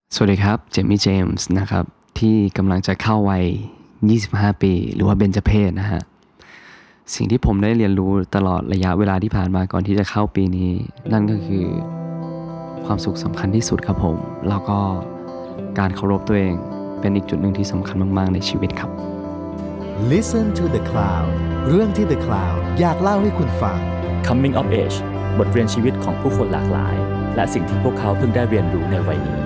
สวัสดีครับเจมี่เจมส์นะครับที่กำลังจะเข้าวัย25ปีหรือว่าเบญจเพสนะฮะสิ่งที่ผมได้เรียนรู้ตลอดระยะเวลาที่ผ่านมาก่อนที่จะเข้าปีนี้นั่นก็คือความสุขสำคัญที่สุดครับผมแล้วก็การเคารพตัวเองเป็นอีกจุดหนึ่งที่สำคัญมากๆในชีวิตครับ Listen to the Cloud เรื่องที่ The Cloud อยากเล่าให้คุณฟัง Coming of Age บทเรียนชีวิตของผู้คนหลากหลายและสิ่งที่พวกเขาเพิ่งได้เรียนรู้ในวัยนี้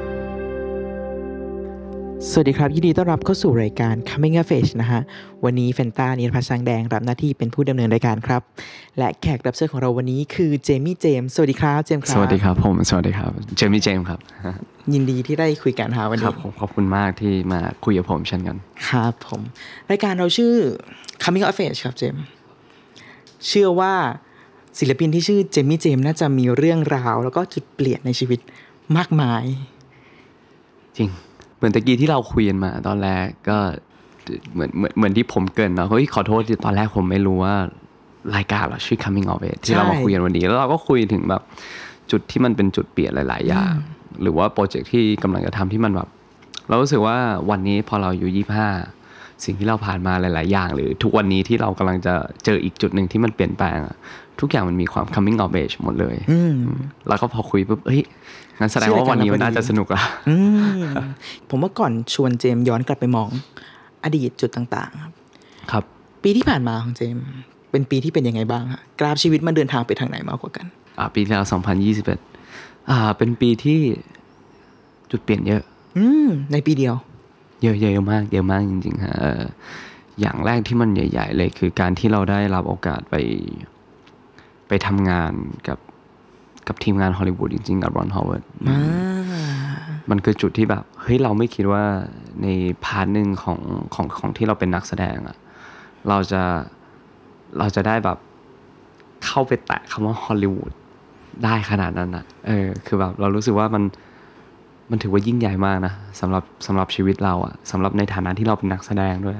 สวัสดีครับยินดีต้อนรับเข้าสู่รายการ Coming of Age นะฮะวันนี้เฟนต้านิรพัฒน์ช้างแดงรับหน้าที่เป็นผู้ดำเนินรายการครับและแขกรับเชิญของเราวันนี้คือเจมี่เจมส์สวัสดีครับเจมส์ครับสวัสดีครับผมสวัสดีครับเจมี่เจมส์ครับยินดีที่ได้คุยกันวันนี้ครับผมขอบคุณมากที่มาคุยกับผมเช่นกันครับผมรายการเราชื่อ Coming of Age ครับเจมส์เชื่อว่าศิลปินที่ชื่อเจมี่เจมส์น่าจะมีเรื่องราวแล้วก็จุดเปลี่ยนในชีวิตมากมายจริงเหมือนตะกี้ที่เราคุยกันมาตอนแรกก็เหมือนที่ผมเกริ่นเนาะเฮ้ยขอโทษที่ตอนแรกผมไม่รู้ว่ารายการเราชื่อ Coming of Age ที่เรามาคุยกันวันนี้แล้วเราก็คุยถึงแบบจุดที่มันเป็นจุดเปลี่ยนหลายๆอย่างหรือว่าโปรเจกต์ที่กำลังจะทำที่มันแบบเรารู้สึกว่าวันนี้พอเราอยู่25สิ่งที่เราผ่านมาหลายๆอย่างหรือทุกวันนี้ที่เรากำลังจะเจออีกจุดหนึ่งที่มันเปลี่ยนแปลงทุกอย่างมันมีความ coming of age หมดเลยแล้วก็พอคุยปุ๊บเฮ้ยงั้นแสดงว่าวันนี้มันน่าจะสนุกละผมว่าก่อนชวนเจมย้อนกลับไปมองอดีตจุดต่างๆครับปีที่ผ่านมาของเจมเป็นปีที่เป็นยังไงบ้างฮะกราฟชีวิตมันเดินทางไปทางไหนมากกว่ากันปีที่แล้ว2021เป็นปีที่จุดเปลี่ยนเยอะในปีเดียวเยอะมากเยอะมากจริงๆฮะอย่างแรกที่มันใหญ่ๆเลยคือการที่เราได้รับโอกาสไปทำงานกับทีมงานฮอลลีวูดจริงๆกับรอนฮาวเวิร์ดมันคือจุดที่แบบเฮ้ยเราไม่คิดว่าในพาร์ทนึงของที่เราเป็นนักแสดงเราจะได้แบบเข้าไปแตะคำว่าฮอลลีวูดได้ขนาดนั้นคือแบบเรารู้สึกว่ามันถือว่ายิ่งใหญ่มากนะสำหรับชีวิตเราสำหรับในฐานะที่เราเป็นนักแสดงด้วย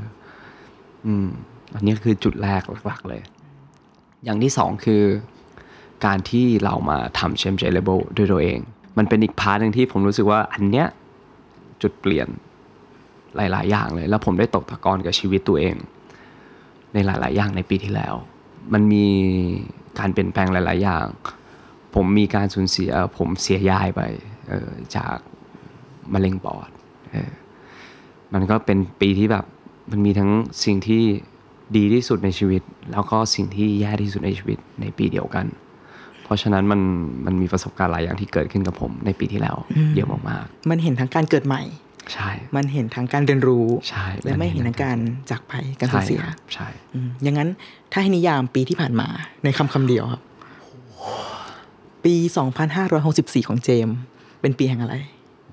อันนี้คือจุดแรกหลักๆเลยอย่างที่สองคือการที่เรามาทำเชมเจเลเบลด้วยตัวเองมันเป็นอีกพาร์ทนึงที่ผมรู้สึกว่าอันเนี้ยจุดเปลี่ยนหลายๆอย่างเลยแล้วผมได้ตกตะกอนกับชีวิตตัวเองในหลายๆอย่างในปีที่แล้วมันมีการเปลี่ยนแปลงหลายๆอย่างผมมีการสูญเสียผมเสียยายไปจากมะเร็งปอดมันก็เป็นปีที่แบบมันมีทั้งสิ่งที่ดีที่สุดในชีวิตแล้วก็สิ่งที่แย่ที่สุดในชีวิตในปีเดียวกันเพราะฉะนั้นมันมีประสบการณ์หลายอย่างที่เกิดขึ้นกับผมในปีที่แล้วเยอะมากๆมันเห็นทั้งการเกิดใหม่ใช่มันเห็นทั้งการเรียนรู้ใช่และไม่เห็นทั้งการจากไปการสูญเสียใช่อย่างนั้นถ้าให้นิยามปีที่ผ่านมาในคำเดียวครับปี2564ของเจมเป็นปีแห่งอะไร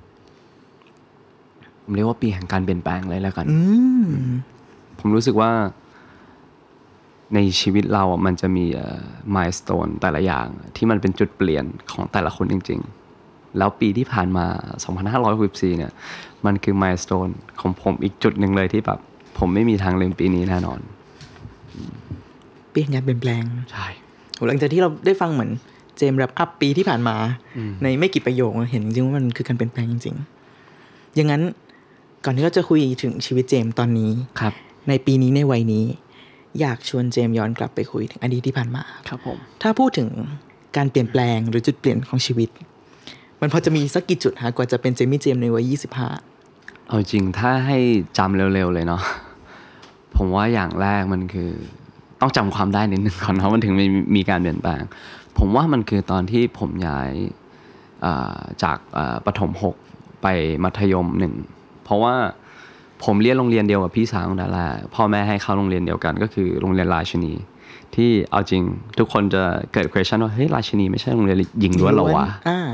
ผมเรียกว่าปีแห่งการเปลี่ยนแปลงเลยแล้วกันผมรู้สึกว่าในชีวิตเรามันจะมีmilestone แต่ละอย่างที่มันเป็นจุดเปลี่ยนของแต่ละคนจริงๆแล้วปีที่ผ่านมา2564เนี่ยมันคือ milestone ของผมอีกจุดหนึ่งเลยที่แบบผมไม่มีทางลืมปีนี้แน่นอนปีแห่งการเปลี่ยนแปลงใช่หลังจากที่เราได้ฟังเหมือนเจมรับอัพปีที่ผ่านมาในไม่กี่ประโยคเห็นจริงๆว่ามันคือการเปลี่ยนแปลงจริงๆอย่างนั้นก่อนที่เราจะคุยถึงชีวิตเจมตอนนี้ในปีนี้ในวัยนี้อยากชวนเจมย้อนกลับไปคุยถึงอดีตที่ผ่านมาครับผมถ้าพูดถึงการเปลี่ยนแปลงหรือจุดเปลี่ยนของชีวิตมันพอจะมีสักกี่จุดกว่าจะเป็นเจมี่เจมในวัย25 เอาจริงถ้าให้จำเร็วๆเลยเนาะผมว่าอย่างแรกมันคือต้องจำความได้นิดนึงก่อนเพราะมันถึงมีการเปลี่ยนแปลงผมว่ามันคือตอนที่ผมย้ายจากประถม6ไปมัธยม1เพราะว่าผมเรียนโรงเรียนเดียวกับพี่สาวของดาราพ่อแม่ให้เข้าโรงเรียนเดียวกันก็คือโรงเรียนราชินีที่เอาจริงทุกคนจะเกิด question ว่าเฮ้ยราชินีไม่ใช่โรงเรียนหญิงล้วนหรอวะ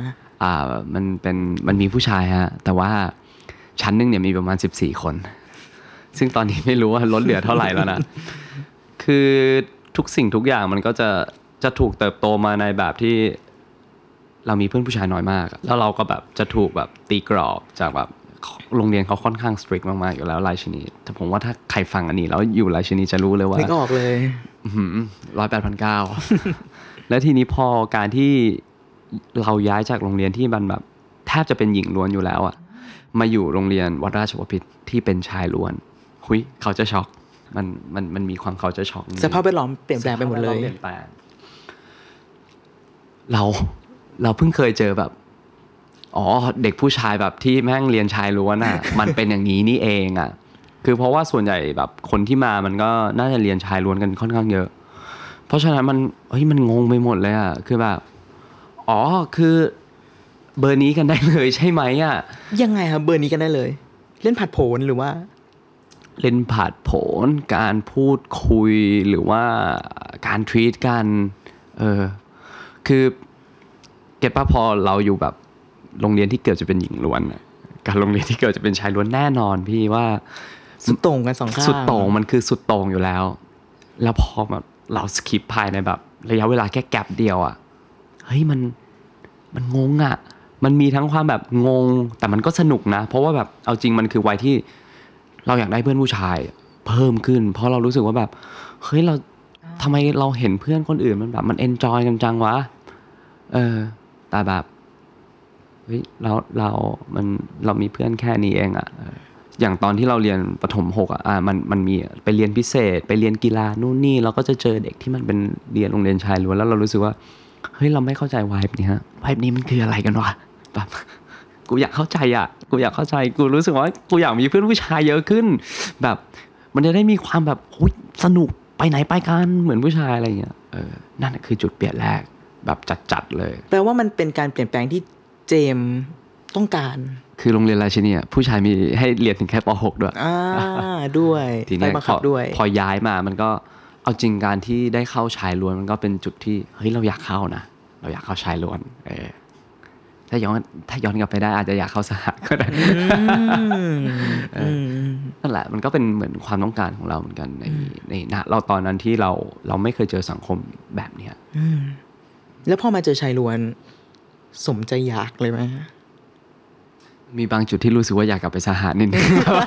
มันมีผู้ชายฮะแต่ว่าชั้นนึงเนี่ยมีประมาณ14คนซึ่งตอนนี้ไม่รู้ว่าลดเหลือเท่าไหร่แล้วนะคือทุกสิ่งทุกอย่างมันก็จะถูกเติบโตมาในแบบที่เรามีเพื่อนผู้ชายน้อยมากแล้วเราก็แบบจะถูกแบบตีกรอบจากแบบโรงเรียนเขาค่อนข้างสตริกมากๆอยู่แล้วราชินีแต่ผมว่าถ้าใครฟังอันนี้แล้วอยู่ราชินีจะรู้เลยว่านึกออกเลย 108,900 แล้วทีนี้พอการที่เราย้ายจากโรงเรียนที่มันแบบแทบจะเป็นหญิงล้วนอยู่แล้วอ่ะมาอยู่โรงเรียนวัดราชบพิตรที่เป็นชายล้วนหุยเขาจะช็อกมันมีความเขาจะช็อกสภาพแวดล้อมเปลี่ยนแปลงไปหมดเลยเราเพิ่งเคยเจอแบบอ๋อเด็กผู้ชายแบบที่แม่งเรียนชายล้วนอ่ะ มันเป็นอย่างนี้นี่เองอ่ะคือเพราะว่าส่วนใหญ่แบบคนที่มามันก็น่าจะเรียนชายล้วนกันค่อนข้างเยอะเพราะฉะนั้นมันงงไปหมดเลยอ่ะคือแบบอ๋อคือเบอร์นี้กันได้เลยใช่ไหมอ่ะยังไงครับเบอร์นี้กันได้เลยเล่นผัดโผนหรือว่าเล่นผัดโผนการพูดคุยหรือว่าการทรีตกันคือเก็ตป่ะพอเราอยู่แบบโรงเรียนที่เกือบจะเป็นหญิงล้วนกับโรงเรียนที่เกือบจะเป็นชายล้วนแน่นอนพี่ว่าสุดโต่งกันสองข้างสุดโต่งมันคือสุดโต่งอยู่แล้วแล้วพอแบบเราสคิปภายในแบบระยะเวลาแค่แกปเดียวอ่ะเฮ้ยมันงงอ่ะมันมีทั้งความแบบงงแต่มันก็สนุกนะเพราะว่าแบบเอาจริงมันคือวัยที่เราอยากได้เพื่อนผู้ชายเพิ่มขึ้นเพราะเรารู้สึกว่าแบบเฮ้ยเราทำไมเราเห็นเพื่อนคนอื่นมันแบบมันเอนจอยกันจังวะแต่แบบเฮ้ยเรามีเพื่อนแค่นี้เองอ่ะอย่างตอนที่เราเรียนประถม6อ่ะมันมีไปเรียนพิเศษไปเรียนกีฬานู่นนี่เราก็จะเจอเด็กที่มันเป็นเรียนโรงเรียนชายล้วนแล้วเรารู้สึกว่าเฮ้ยเราไม่เข้าใจวายนี้ฮะวายนี้มันคืออะไรกันวะแบบกูอยากเข้าใจอ่ะกูอยากเข้าใจกูรู้สึกว่ากูอยากมีเพื่อนผู้ชายเยอะขึ้นแบบมันจะได้มีความแบบโอ๊ยสนุกไปไหนไปกันเหมือนผู้ชายอะไรเงี้ยนั่นคือจุดเปลี่ยนแรกแบบจัดๆเลยแปลว่ามันเป็นการเปลี่ยนแปลงที่เจมต้องการคือโรงเรียนราชินีผู้ชายมีให้เรียนถึงแค่ป .6 ด้วยด้วยทีนี้พอย้ายมามันก็เอาจริงการที่ได้เข้าชายล้วนมันก็เป็นจุดที่เฮ้ยเราอยากเข้านะเราอยากเข้าชายล้วนถ้าย้อนกลับไปได้อาจจะอยากเข้าสหก็ได้นั่นแหละมันก็เป็นเหมือนความต้องการของเราเหมือนกันในเราตอนนั้นที่เราไม่เคยเจอสังคมแบบเนี้ยแล้วพอมาเจอชายล้วนสมใจอยากเลยไหมมีบางจุดที่รู้สึกว่าอยากกลับไปสหนิดนึง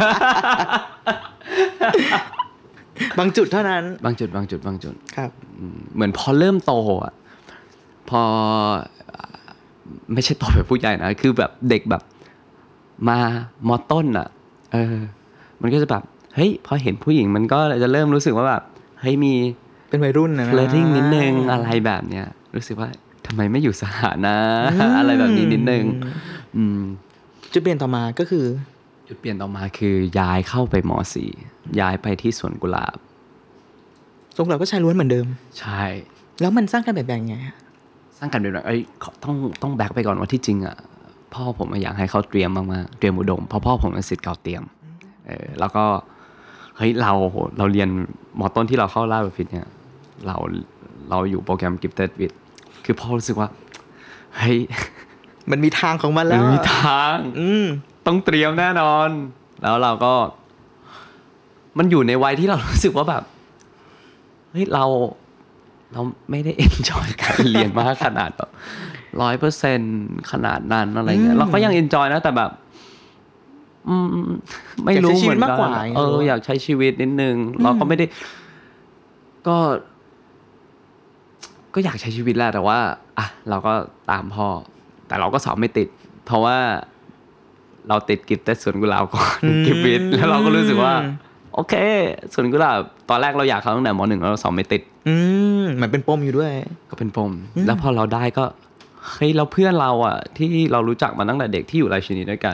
บางจุดเท่านั้นบางจุดครับเหมือนพอเริ่มโตอ่ะพอไม่ใช่โตแบบผู้ใหญ่นะคือแบบเด็กแบบมามอต้นอ่ะมันก็จะแบบเฮ้ยพอเห็นผู้หญิงมันก็จะเริ่มรู้สึกว่าแบบเฮ้ยมีเป็นวัยรุ่นนะ flirting นิดนึงอะไรแบบเนี้ยรู้สึกว่าทำไมไม่อยู่สหนะ อะไรแบบนี้นิดนึงจุดเปลี่ยนต่อมาก็คือจุดเปลี่ยนต่อมาคือย้ายเข้าไปม.4 ย้ายไปที่สวนกุหลาบสวนกุหลาบก็ชายล้วนเหมือนเดิมใช่แล้วมันสร้างการเปลี่ยนแปลงไงสร้างการเปลี่ยนแปลงต้องแบ็คไปก่อนว่าที่จริงอ่ะพ่อผมอยากให้เขาเตรียมมากๆเตรียมอุดมเพราะพ่อผมเป็นศิษย์เก่าเตรียมแล้วก็เฮ้ยเราเรียนม.ต้นที่เราเข้าราชบัณฑิตเนี่ยเราอยู่โปรแกรม Gifted with คือพ่อรู้สึกว่าเฮ้ยมันมีทางของมันแล้วมีทางต้องเตรียมแน่นอนแล้วเราก็มันอยู่ในวัยที่เรารู้สึกว่าแบบเฮ้ยเราไม่ได้เอนจอยการเรียนมากขนาดแบบ 100% ขนาดนั้นอะไรเงี้ยเราก็ยังเอนจอยนะแต่แบบไม่รู้เหมือนกันอยากใช้ชีวิตนิดนึงเราก็ไม่ได้ก็อยากใช้ชีวิตแหละแต่ว่าอ่ะเราก็ตามพ่อแต่เราก็สอบไม่ติดเพราะว่าเราติดกิฟต์แต่สวนกุหลาบก่อนกิฟต์วิทย์แล้วเราก็รู้สึกว่าโอเคสวนกุหลาบตอนแรกเราอยากเข้าตั้งแต่ม.1 แล้วเราสอบไม่ติดมันเป็นปมอยู่ด้วยก็เป็นปมแล้วพอเราได้ก็เฮ้ยเราเพื่อนเราอ่ะที่เรารู้จักมาตั้งแต่เด็กที่อยู่ราชินีด้วยกัน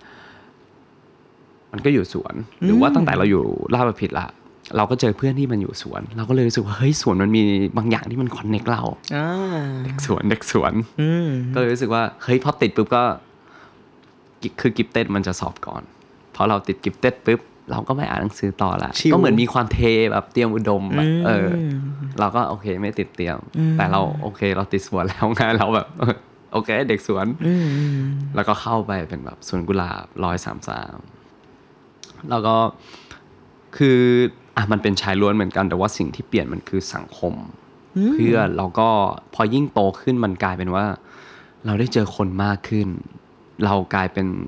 มันก็อยู่สวนหรือว่าตั้งแต่เราอยู่ราชบัณฑิตละเราก็เจอเพื่อนที่มันอยู่สวนเราก็เลยรู้สึกว่าเฮ้ยสวนมันมีบางอย่างที่มันคอนเนคเราเด็กสวนก็เลยรู้สึกว่าเฮ้ยพอติดปุ๊บก็คือกิฟเต็ดมันจะสอบก่อนพอเราติดกิฟเต็ดปุ๊บเราก็ไม่อ่านหนังสือต่อละก็เหมือนมีความเทแบบเตรียมอุดมเราก็โอเคไม่ติดเตรียมแต่เราโอเคเราติดสวนแล้วไงเราแบบโอเคเด็กสวนแล้วก็เข้าไปเป็นแบบสวนกุหลาบ133แล้วก็คือมันเป็นชายล้วนเหมือนกันแต่ว่าสิ่งที่เปลี่ยนมันคือสังคมเพื่อนเราก็พอยิ่งโตขึ้นมันกลายเป็นว่าเราได้เจอคนมากขึ้นเรากลายเป็น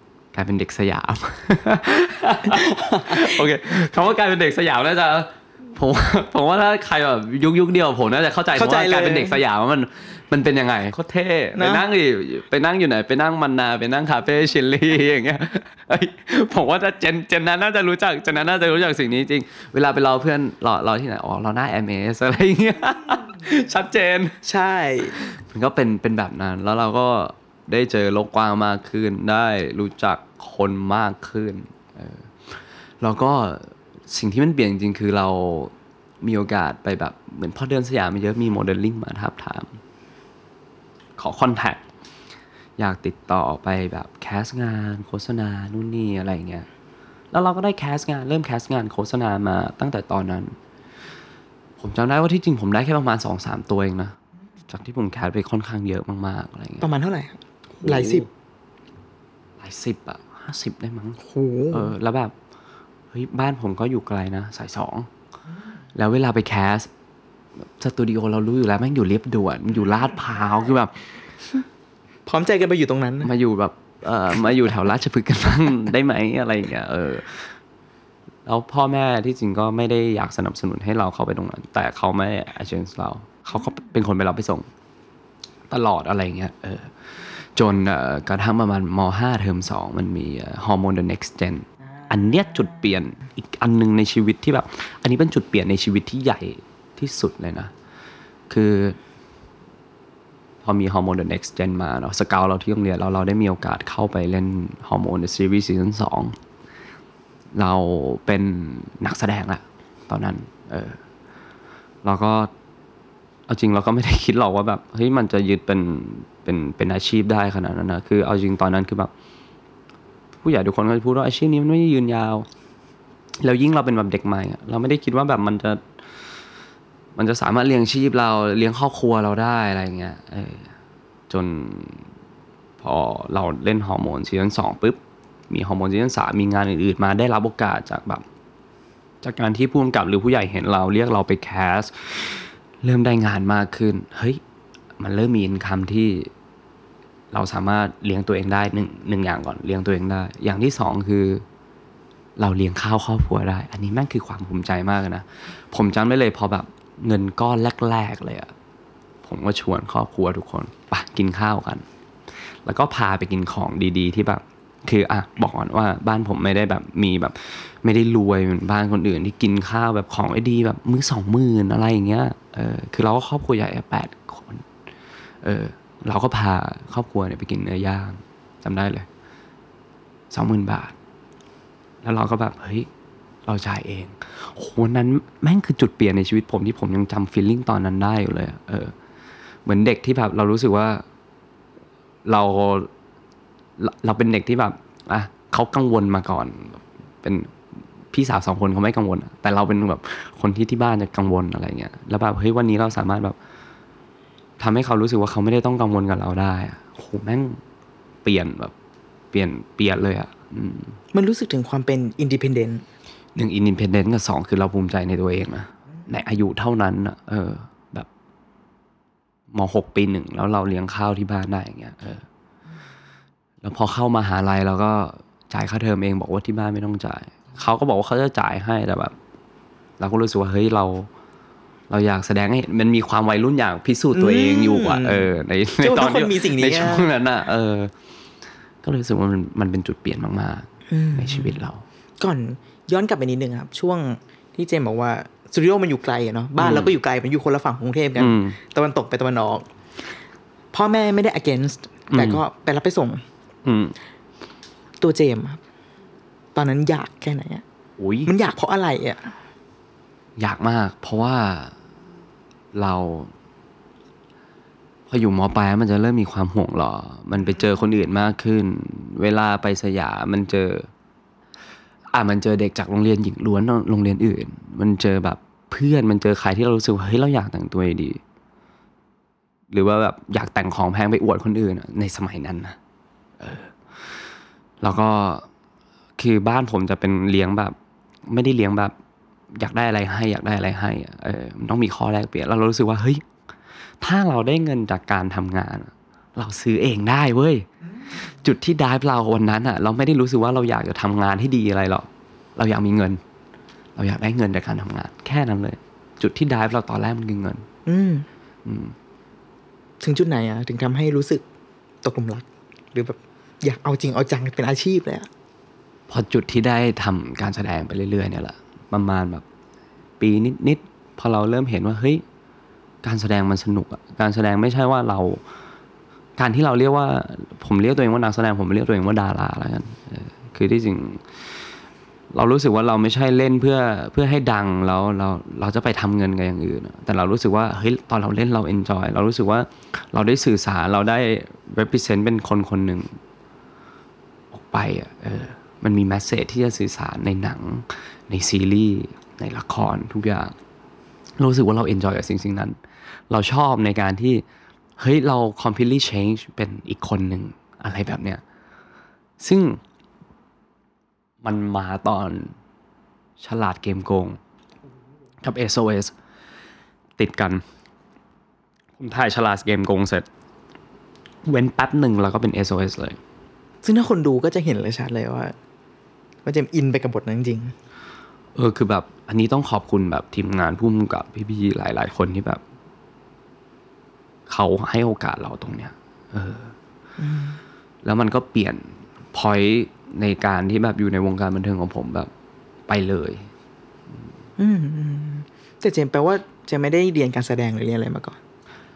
เด็กสยาม โอเคคำว่ากลายเป็นเด็กสยามน่าจะผมว่าถ้าใครแบบยุคเดียวผมน่าจะเข้าใจว่าการเป็นเด็กสยามว่ามันเป็นยังไงโคตรเท่ไปนั่งอยู่ไหนไปนั่งมันนาไปนั่งคาเฟ่ชิลลี่อย่างเงี้ยผมว่าถ้าเจนนั้นน่าจะรู้จักสิ่งนี้จริงเวลาไปรอเพื่อนรอที่ไหนรอหน้า MS อะไรเงี้ยชัดเจนใช่มันก็เป็นแบบนั้นแล้วเราก็ได้เจอโลกกว้างมากขึ้นได้รู้จักคนมากขึ้นแล้วก็สิ่งที่มันเปลี่ยนจริงๆคือเรามีโอกาสไปแบบเหมือนพอเดินสยามมาเยอะมีโมเดลลิ่งมาทับถามขอคอนแทคอยากติดต่อไปแบบแคสงานโฆษณานู่นนี่อะไรเงี้ยแล้วเราก็ได้เริ่มแคสงานโฆษณามาตั้งแต่ตอนนั้นผมจำได้ว่าที่จริงผมได้แค่ประมาณ 2-3 ตัวเองนะจากที่ผมแคสไปค่อนข้างเยอะมากๆอะไรเงี้ยประมาณเท่าไหร่หลายสิบอ่ะ50ได้มั้งโหแล้วแบบเฮ้ยบ้านผมก็อยู่ไกลนะสาย2แล้วเวลาไปแคสสตูดิโอเรารู้อยู่แล้วแม่งอยู่เรียบด่วนอยู่ลาดพร้าวคือแบบพร้อมใจกันไปอยู่ตรงนั้นมาอยู่แบบมาอยู่แถวราชพฤกษ์กันบ้างได้ไหมอะไรอย่างเงี้ยแล้วพ่อแม่ที่จริงก็ไม่ได้อยากสนับสนุนให้เราเข้าไปตรงนั้นแต่เขาไม่ against เราเขาก็เป็นคนไปรับไปส่งตลอดอะไรเงี้ยจนกระทั่งประมาณม.5 เทอม 2มันมีฮอร์โมน The Next Gen อันเนี้ยจุดเปลี่ยนอีกอันนึงในชีวิตที่แบบอันนี้เป็นจุดเปลี่ยนในชีวิตที่ใหญ่ที่สุดเลยนะคือพอมีฮอร์โมน The Next Gen มาเนาะสเกาเราที่โรงเรียนเราได้มีโอกาสเข้าไปเล่นฮอร์โมน The Series Season 2เราเป็นนักแสดงละตอนนั้นเราก็เอาจริงเราก็ไม่ได้คิดหรอกว่าแบบเฮ้ยมันจะยึดเป็นอาชีพได้ขนาดนั้นนะคือเอาจริงตอนนั้นคือแบบผู้ใหญ่ทุกคนก็จะพูดว่าอาชีพนี้มันไม่ยืนยาวแล้วยิ่งเราเป็นแบบเด็กใหม่เราไม่ได้คิดว่าแบบมันจะสามารถเลี้ยงชีพเราเลี้ยงครอบครัวเราได้อะไรเงี้ยจนพอเราเล่นฮอร์โมนซีซั่น2ปุ๊บมีฮอร์โมนซีซั่น3มีงานอื่นๆมาได้รับโอกาสจากการที่ผู้กำกับหรือผู้ใหญ่เห็นเราเรียกเราไปแคสเริ่มได้งานมากขึ้นเฮ้ยมันเริ่มมีอินคัมที่เราสามารถเลี้ยงตัวเองได้หนึ่งอย่างก่อนเลี้ยงตัวเองได้อย่างที่2คือเราเลี้ยงข้าวครอบครัวได้อันนี้แม่งคือความภูมิใจมากนะผมจำได้เลยพอแบบเงินก้อนแรกๆเลยอะผมก็ชวนครอบครัวทุกคนไปกินข้าวกันแล้วก็พาไปกินของดีๆที่แบบคือบอกก่อนว่าบ้านผมไม่ได้แบบมีแบบไม่ได้รวยเหมือนบ้านคนอื่นที่กินข้าวแบบของดีแบบมื้อ 20,000 อะไรอย่างเงี้ยคือเราก็ครอบครัวใหญ่8 คนเราก็พาครอบครัวเนี่ยไปกินเนื้อย่างจำได้เลย 20,000 บาทแล้วเราก็แบบเฮ้ยเราจ่ายเองโหนั้นแม่งคือจุดเปลี่ยนในชีวิตผมที่ผมยังจำฟีลลิ่งตอนนั้นได้อยู่เลยเหมือนเด็กที่แบบเรารู้สึกว่าเราเป็นเด็กที่แบบเขากังวลมาก่อนเป็นพี่สาว2 คนเขาไม่กังวลแต่เราเป็นแบบคนที่บ้านจะกังวลอะไรเงี้ยแล้วแบบเฮ้ยวันนี้เราสามารถแบบทำให้เขารู้สึกว่าเขาไม่ได้ต้องกังวลกับเราได้โหแม่งเปลี่ยนเลยมันรู้สึกถึงความเป็นอินดิเพนเดนต์ 1อินดิเพนเดนต์กับ2คือเราภูมิใจในตัวเองนะในอายุเท่านั้นแบบม.6 ปี 1แล้วเราเลี้ยงข้าวที่บ้านได้อย่างเงี้ยแล้วพอเข้ามหาลัยเราก็จ่ายค่าเทอมเองบอกว่าที่บ้านไม่ต้องจ่ายเขาก็บอกว่าเขาจะจ่ายให้แต่แบบเราก็รู้สึกว่าเฮ้ยเราอยากแสดงให้เห็นมันมีความวัยรุ่นอยากพิสูจน์ตัวเองอยู่ในตอนที่ในช่วงนั้นก็เลยรู้สึกว่ามันเป็นจุดเปลี่ยนมากๆในชีวิตเราก่อนย้อนกลับไปนิดนึงครับช่วงที่เจมบอกว่าสตูดิโอมันอยู่ไกลเนาะบ้านเราก็อยู่ไกลมันอยู่คนละฝั่งกรุงเทพกันตะวันตกไปตะวันออกพ่อแม่ไม่ได้ against แต่ก็ไปรับไปส่งตัวเจมครับตอนนั้นอยากแค่ไหนมันอยากเพราะอะไรอยากมากเพราะว่าเราพออยู่ม.ปลายมันจะเริ่มมีความห่วงหรอมันไปเจอคนอื่นมากขึ้นเวลาไปสยามมันเจอเด็กจากโรงเรียนหญิงล้วนโรงเรียนอื่นมันเจอแบบเพื่อนมันเจอใครที่เรารู้สึกว่าเฮ้ยเราอยากแต่งตัวดีหรือว่าแบบอยากแต่งของแพงไปอวดคนอื่นในสมัยนั้นนะแล้วก็คือบ้านผมจะเป็นเลี้ยงแบบไม่ได้เลี้ยงแบบอยากได้อะไรให้มันต้องมีข้อแลกเปลี่ยนแล้วเรารู้สึกว่าเฮ้ยถ้าเราได้เงินจากการทำงานเราซื้อเองได้เว้ยจุดที่ไดฟ์เราวันนั้นเราไม่ได้รู้สึกว่าเราอยากจะทำงานให้ดีอะไรหรอกเราอยากมีเงินเราอยากได้เงินจากการทำงานแค่นั้นเลยจุดที่driveเราตอนแรกมันคือเงินถึงจุดไหนถึงทำให้รู้สึกตกหลุมรักหรือแบบอยากเอาจริงเอาจังเป็นอาชีพเลยพอจุดที่ได้ทำการแสดงไปเรื่อยๆเนี่ยแหละประมาณแบบปีนิดๆพอเราเริ่มเห็นว่าเฮ้ยการแสดงมันสนุกการแสดงไม่ใช่ว่าเราการที่เราเรียกว่าผมเรียกตัวเองว่านักแสดงผมเรียกตัวเองว่าดาราแล้วกันคือที่จริงเรารู้สึกว่าเราไม่ใช่เล่นเพื่อให้ดังแล้วเราจะไปทำเงินกับอย่างอื่นแต่เรารู้สึกว่าเฮ้ยตอนเราเล่นเรา enjoy เรารู้สึกว่าเราได้สื่อสารเราได้ represent เป็นคนหนึ่งออกไปมันมี message ที่จะสื่อสารในหนังในซีรีส์ในละครทุกอย่างรู้สึกว่าเรา enjoy กับสิ่งนั้นเราชอบในการที่เฮ้ยเรา completely change เป็นอีกคนหนึ่งอะไรแบบเนี้ยซึ่งมันมาตอนฉลาดเกมโกงกับ SOS ติดกันผมถ่ายฉลาดเกมโกงเสร็จเว้นแป๊บหนึ่งแล้วก็เป็น SOS เลยซึ่งถ้าคนดูก็จะเห็นเลยชัดเลยว่าเจมอินไปกับบทนั้นจริงคือแบบอันนี้ต้องขอบคุณแบบทีมงานผู้กำกับพี่ๆหลายๆคนที่แบบเขาให้โอกาสเราตรงเนี้ยแล้วมันก็เปลี่ยน point ในการที่แบบอยู่ในวงการบันเทิงของผมแบบไปเลยแต่เจมแปลว่าเจมไม่ได้เรียนการแสดงหรือเรียนอะไรมาก่อน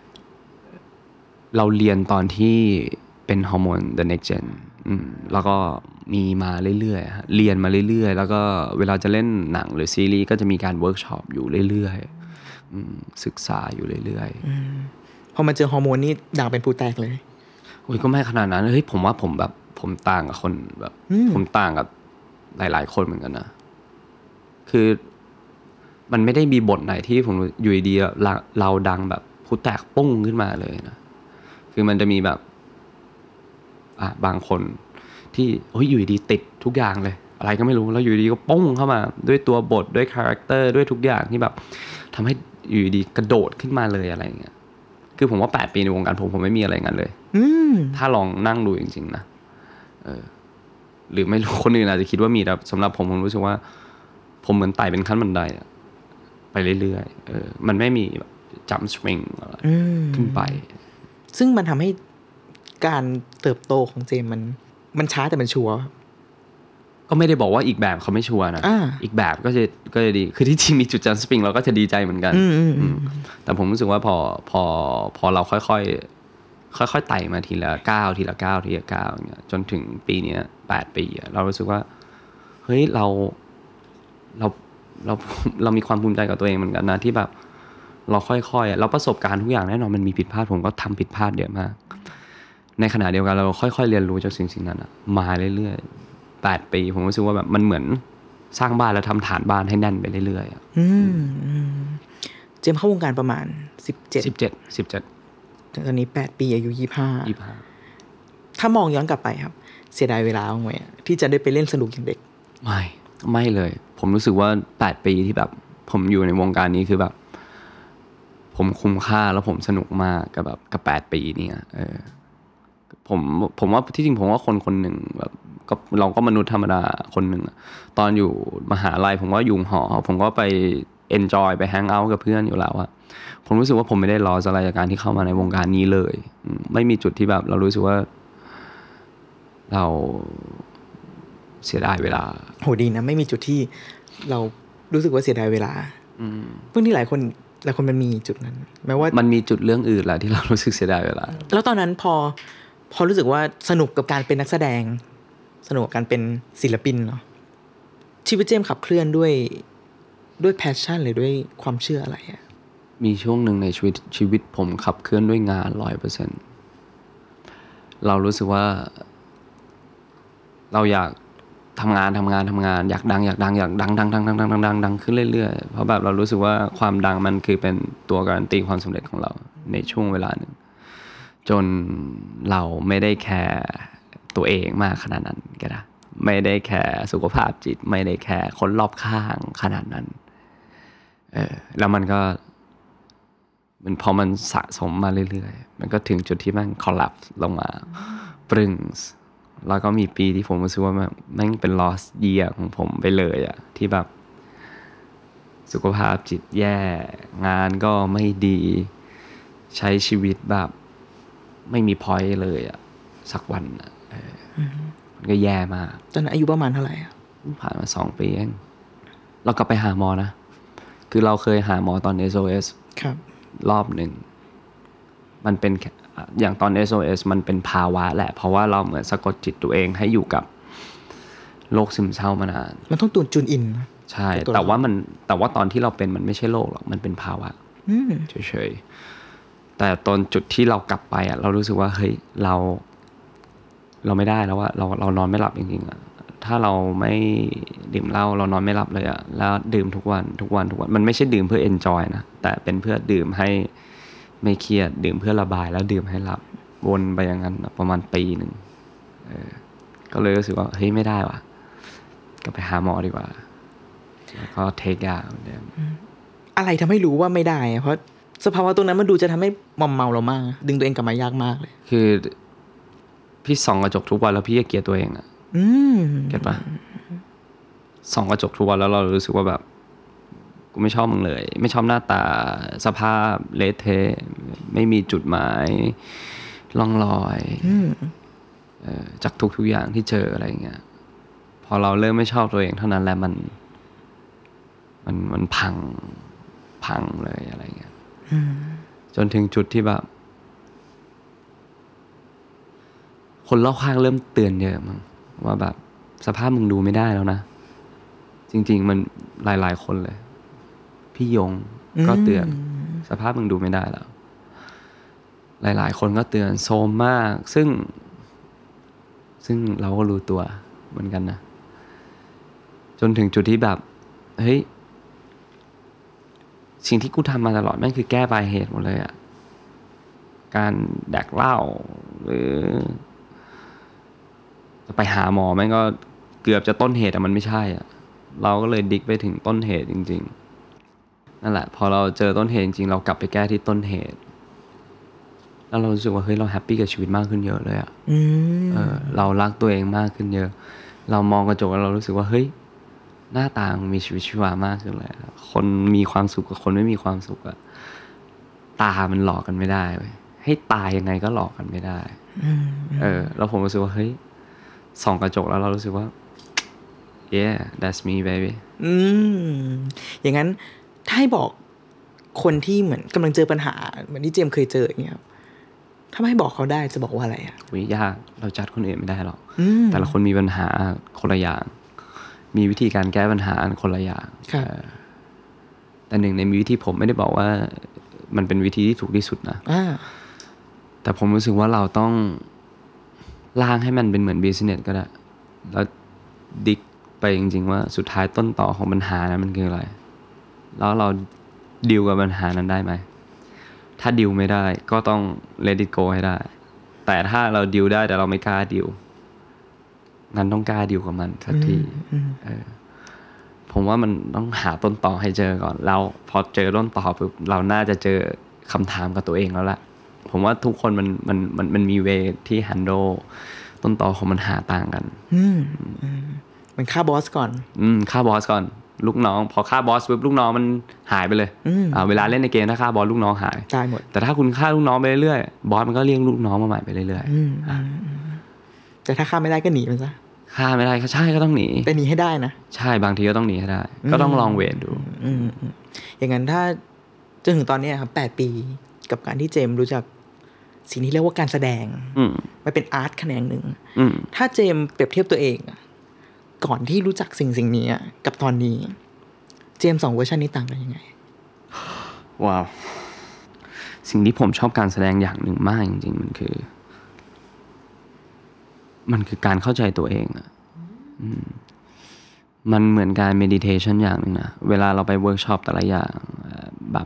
เราเรียนตอนที่เป็นฮอร์โมน The Next Gen แล้วก็มีมาเรื่อยๆเรียนมาเรื่อยๆแล้วก็เวลาจะเล่นหนังหรือซีรีส์ก็จะมีการเวิร์กช็อปอยู่เรื่อยๆศึกษาอยู่เรื่อยๆพอมาเจอฮอร์โมนนี่ดังเป็นปูแตกเลยโอ้ยก็ไม่ขนาดนั้นเฮ้ยผมว่าผมต่างกับคนแบบผมต่างกับหลายๆคนเหมือนกันนะคือมันไม่ได้มีบทไหนที่ผมอยู่ดีๆเราดังแบบพูดแตกปุ้งขึ้นมาเลยนะคือมันจะมีแบบบางคนที่อยู่ดีติดทุกอย่างเลยอะไรก็ไม่รู้แล้วอยู่ดีก็ปุ้งเข้ามาด้วยตัวบทด้วยคาแรคเตอร์ด้วยทุกอย่างที่แบบทำให้อยู่ดีกระโดดขึ้นมาเลยอะไรอย่างเงี้ยคือผมว่า8 ปีในวงการผมไม่มีอะไรงั้นเลยถ้าลองนั่งดูจริงๆนะหรือไม่รู้คนอื่นอาจจะคิดว่ามีแต่สำหรับผมรู้สึกว่าผมเหมือนไต่เป็นขั้นบันไดไปเรื่อยๆมันไม่มีแบบจัมป์สวิงอะไรขึ้นไปซึ่งมันทำให้การเติบโตของเจมมันช้าแต่มันชัวร์ก็ไม่ได้บอกว่าอีกแบบเขาไม่ชัวร์นะอีกแบบก็จะดีคือที่จริงมีจุดจัมป์สวิงเราก็จะดีใจเหมือนกันแต่ผมรู้สึกว่าพอเราค่อยๆไต่มาทีละก้าวอย่างเงี้ยจนถึงปีนี้8 ปีเรารู้สึกว่าเฮ้ยเรามีความภูมิใจกับตัวเองเหมือนกันนะที่แบบเราค่อยๆเราประสบการณ์ทุกอย่างแน่นอนมันมีผิดพลาดผมก็ทำผิดพลาดเยอะมากในขณะเดียวกันเราค่อยๆเรียนรู้จากสิ่งนั้นมาเรื่อยๆ8 ปีผมรู้สึกว่าแบบมันเหมือนสร้างบ้านแล้วทำฐานบ้านให้แน่นไปเรื่อยๆเจมเข้าวงการประมาณ 17 ตอนนี้8 ปีอายุ25ถ้ามองย้อนกลับไปครับเสียดายเวลาบ้างไหมที่จะได้ไปเล่นสนุกอย่างเด็กไม่เลยผมรู้สึกว่า8 ปีที่แบบผมอยู่ในวงการนี้คือแบบผมคุ้มค่าแล้วผมสนุกมากกับ8 ปีนี่ผมว่าที่จริงผมว่าคนหนึ่งแบบก็เราก็มนุษย์ธรรมดาคนหนึ่งตอนอยู่มหาลัยผมว่าอยู่หอผมก็ไป enjoy ไป hang out กับเพื่อนอยู่แล้วผมรู้สึกว่าผมไม่ได้รออะไรจากการที่เข้ามาในวงการนี้เลยไม่มีจุดที่แบบเรารู้สึกว่าเราเสียดายเวลาโหดีนะไม่มีจุดที่เรารู้สึกว่าเสียดายเวลาเพื่อนที่หลายคนมันมีจุดนั้นแม้ว่ามันมีจุดเรื่องอื่นแหละที่เรารู้สึกเสียดายเวลาแล้วตอนนั้นพอรู้สึกว่าสนุกกับการเป็นนักแสดงสนุกกับการเป็นศิลปินเนาะชีวิตเจมขับเคลื่อนด้วยแพชชั่นหรือด้วยความเชื่ออะไรมีช่วงหนึ่งในชีวิตผมขับเคลื่อนด้วยงาน 100% เรารู้สึกว่าเราอยากทำงานอยากดังดังขึ้นเรื่อยๆเพราะแบบเรารู้สึกว่าความดังมันคือเป็นตัวการันตีความสำเร็จของเราในช่วงเวลาหนึ่งจนเราไม่ได้แคร์ตัวเองมากขนาดนั้นก็ได้ไม่ได้แคร์สุขภาพจิตไม่ได้แคร์คนรอบข้างขนาดนั้นแล้วมันก็มันพอมันสะสมมาเรื่อยๆมันก็ถึงจุดที่มัน collapse ลงมาปรึ้งแล้วก็มีปีที่ผมรู้สึกว่าแม่งเป็น lost year ของผมไปเลยที่แบบสุขภาพจิตแย่งานก็ไม่ดีใช้ชีวิตแบบไม่มีพอยต์เลยอะสักวันอะมันก็แย่มากตอนนั้นอายุประมาณเท่าไหร่อะผ่านมา2 ปีเองเราก็ไปหาหมอนะคือเราเคยหาหมอตอน SOS ครับรอบหนึ่งมันเป็นอย่างตอน SOS มันเป็นภาวะแหละเพราะว่าเราเหมือนสะกดจิตตัวเองให้อยู่กับโรคซึมเศร้ามานานมันต้องตูนจูนอินใช่แต่ว่าตอนที่เราเป็นมันไม่ใช่โรคหรอกมันเป็นภาวะเฉยๆแต่ตอนจุดที่เรากลับไปอ่ะเรารู้สึกว่าเฮ้ยเราไม่ได้แล้วว่าเรานอนไม่หลับจริงๆอ่ะถ้าเราไม่ดื่มเหล้าเรานอนไม่หลับเลยอ่ะแล้วดื่มทุกวันมันไม่ใช่ดื่มเพื่อ enjoy นะแต่เป็นเพื่อดื่มให้ไม่เครียดดื่มเพื่อระบายแล้วดื่มให้หลับวนไปอย่างนั้นประมาณปีนึงก็เลยรู้สึกว่าเฮ้ยไม่ได้ว่ะก็ไปหาหมอดีกว่าแล้วก็เทคยาเหมือนเดิมอะไรทำให้รู้ว่าไม่ได้เพราะสภาวะตรงนั้นมันดูจะทำให้มอมเมาเรามากดึงตัวเองกลับมายากมากเลยคือพี่ส่องกระจกทุกวันแล้วพี่ก็เกลียดตัวเองอ่ะเก็ทปะส่องกระจกทุกวันแล้วเรารู้สึกว่าแบบกูไม่ชอบมึงเลยไม่ชอบหน้าตาสภาพเละเทะไม่มีจุดหมายร่องรอยจากทุกอย่างที่เจออะไรเงี้ยพอเราเริ่มไม่ชอบตัวเองเท่านั้นแหละมันพังเลยอะไรเงี้ยจนถึงจุดที่แบบคนรอบข้างเริ่มเตือนเยอะมั้งว่าแบบสภาพมึงดูไม่ได้แล้วนะจริงๆมันหลายๆคนเลยพี่ยงก็เตือนสภาพมึงดูไม่ได้แล้วหลายๆคนก็เตือนโซมมากซึ่งเราก็รู้ตัวเหมือนกันนะจนถึงจุดที่แบบเฮ้ยสิ่งที่กูทำมาตลอดแม่งคือแก้ปลายเหตุหมดเลยอะการแดกเหล้าหรือจะไปหาหมอแม่งก็เกือบจะต้นเหตุแต่มันไม่ใช่อะเราก็เลยดิกไปถึงต้นเหตุจริงๆนั่นแหละพอเราเจอต้นเหตุจริงๆเรากลับไปแก้ที่ต้นเหตุแล้วเรารู้สึกว่าเฮ้ยเราแฮปปี้กับชีวิตมากขึ้นเยอะเลยอะเรารักตัวเองมากขึ้นเยอะเรามองกระจกแล้วเรารู้สึกว่าเฮ้ยหน้าตามันมีชีวิตชีวามากขึ้นเลยคนมีความสุขกับคนไม่มีความสุขอะตามันหลอกกันไม่ได้เว้ยให้ตายยังไงก็หลอกกันไม่ได้แล้วผมรู้สึกว่าเฮ้ยส่องกระจกแล้วเรารู้สึกว่า yeah that's me baby อย่างนั้นถ้าให้บอกคนที่เหมือนกำลังเจอปัญหาเหมือนที่เจมเคยเจออย่างเงี้ยถ้าไม่บอกเขาได้จะบอกว่าอะไรอ่ะยากเราจัดคนอื่นไม่ได้หรอกแต่ละคนมีปัญหาคนละอย่างมีวิธีการแก้ปัญหาคนละอย่างแต่หนึ่งในวิธีผมไม่ได้บอกว่ามันเป็นวิธีที่ถูกที่สุดนะแต่ผมรู้สึกว่าเราต้องล่างให้มันเป็นเหมือนบิสเนสก็ได้แล้วดิกไปจริงๆว่าสุดท้ายต้นต่อของปัญหานั้นมันคืออะไรแล้วเราดีลกับปัญหานั้นได้ไหมถ้าดีลไม่ได้ก็ต้อง let it go ให้ได้แต่ถ้าเราดีลได้แต่เราไม่กล้าดีลงั้นต้องกล้าดีลกับมันสักทีผมว่ามันต้องหาต้นต่อให้เจอก่อนแล้วพอเจอต้นต่อปุ๊บเราน่าจะเจอคำถามกับตัวเองแล้วล่ะผมว่าทุกคนมันมีเวที่ handle ต้นต่อของมันหาต่างกันมันฆ่าบอสก่อนฆ่าบอสก่อนลูกน้องพอฆ่าบอสปุ๊บลูกน้องมันหายไปเลยเวลาเล่นในเกมถ้าฆ่าบอสลูกน้องหายตายหมดแต่ถ้าคุณฆ่าลูกน้องไปเรื่อยๆบอสมันก็เรียกลูกน้องมาใหม่ไปเรื่อยๆแต่ถ้าฆ่าไม่ได้ก็หนีมันซะฆ่าไม่ได้ใช่ก็ต้องหนีแต่หนีให้ได้นะใช่บางทีก็ต้องหนีให้ได้ก็ต้องลองเวทดูอย่างนั้นถ้าจนถึงตอนนี้ครับ8 ปีกับการที่เจมรู้จักสิ่งที่เรียกว่าการแสดงมันเป็นอาร์ตแขนงหนึ่งถ้าเจมเปรียบเทียบตัวเองก่อนที่รู้จักสิ่งนี้กับตอนนี้เจม2เวอร์ชันนี้ต่างกันยังไงว้าวสิ่งที่ผมชอบการแสดงอย่างหนึ่งมากจริงๆมันคือการเข้าใจตัวเองมันเหมือนการเมดิเทชันอย่างหนึ่งนะเวลาเราไปเวิร์กช็อปแต่ละอย่างแบบ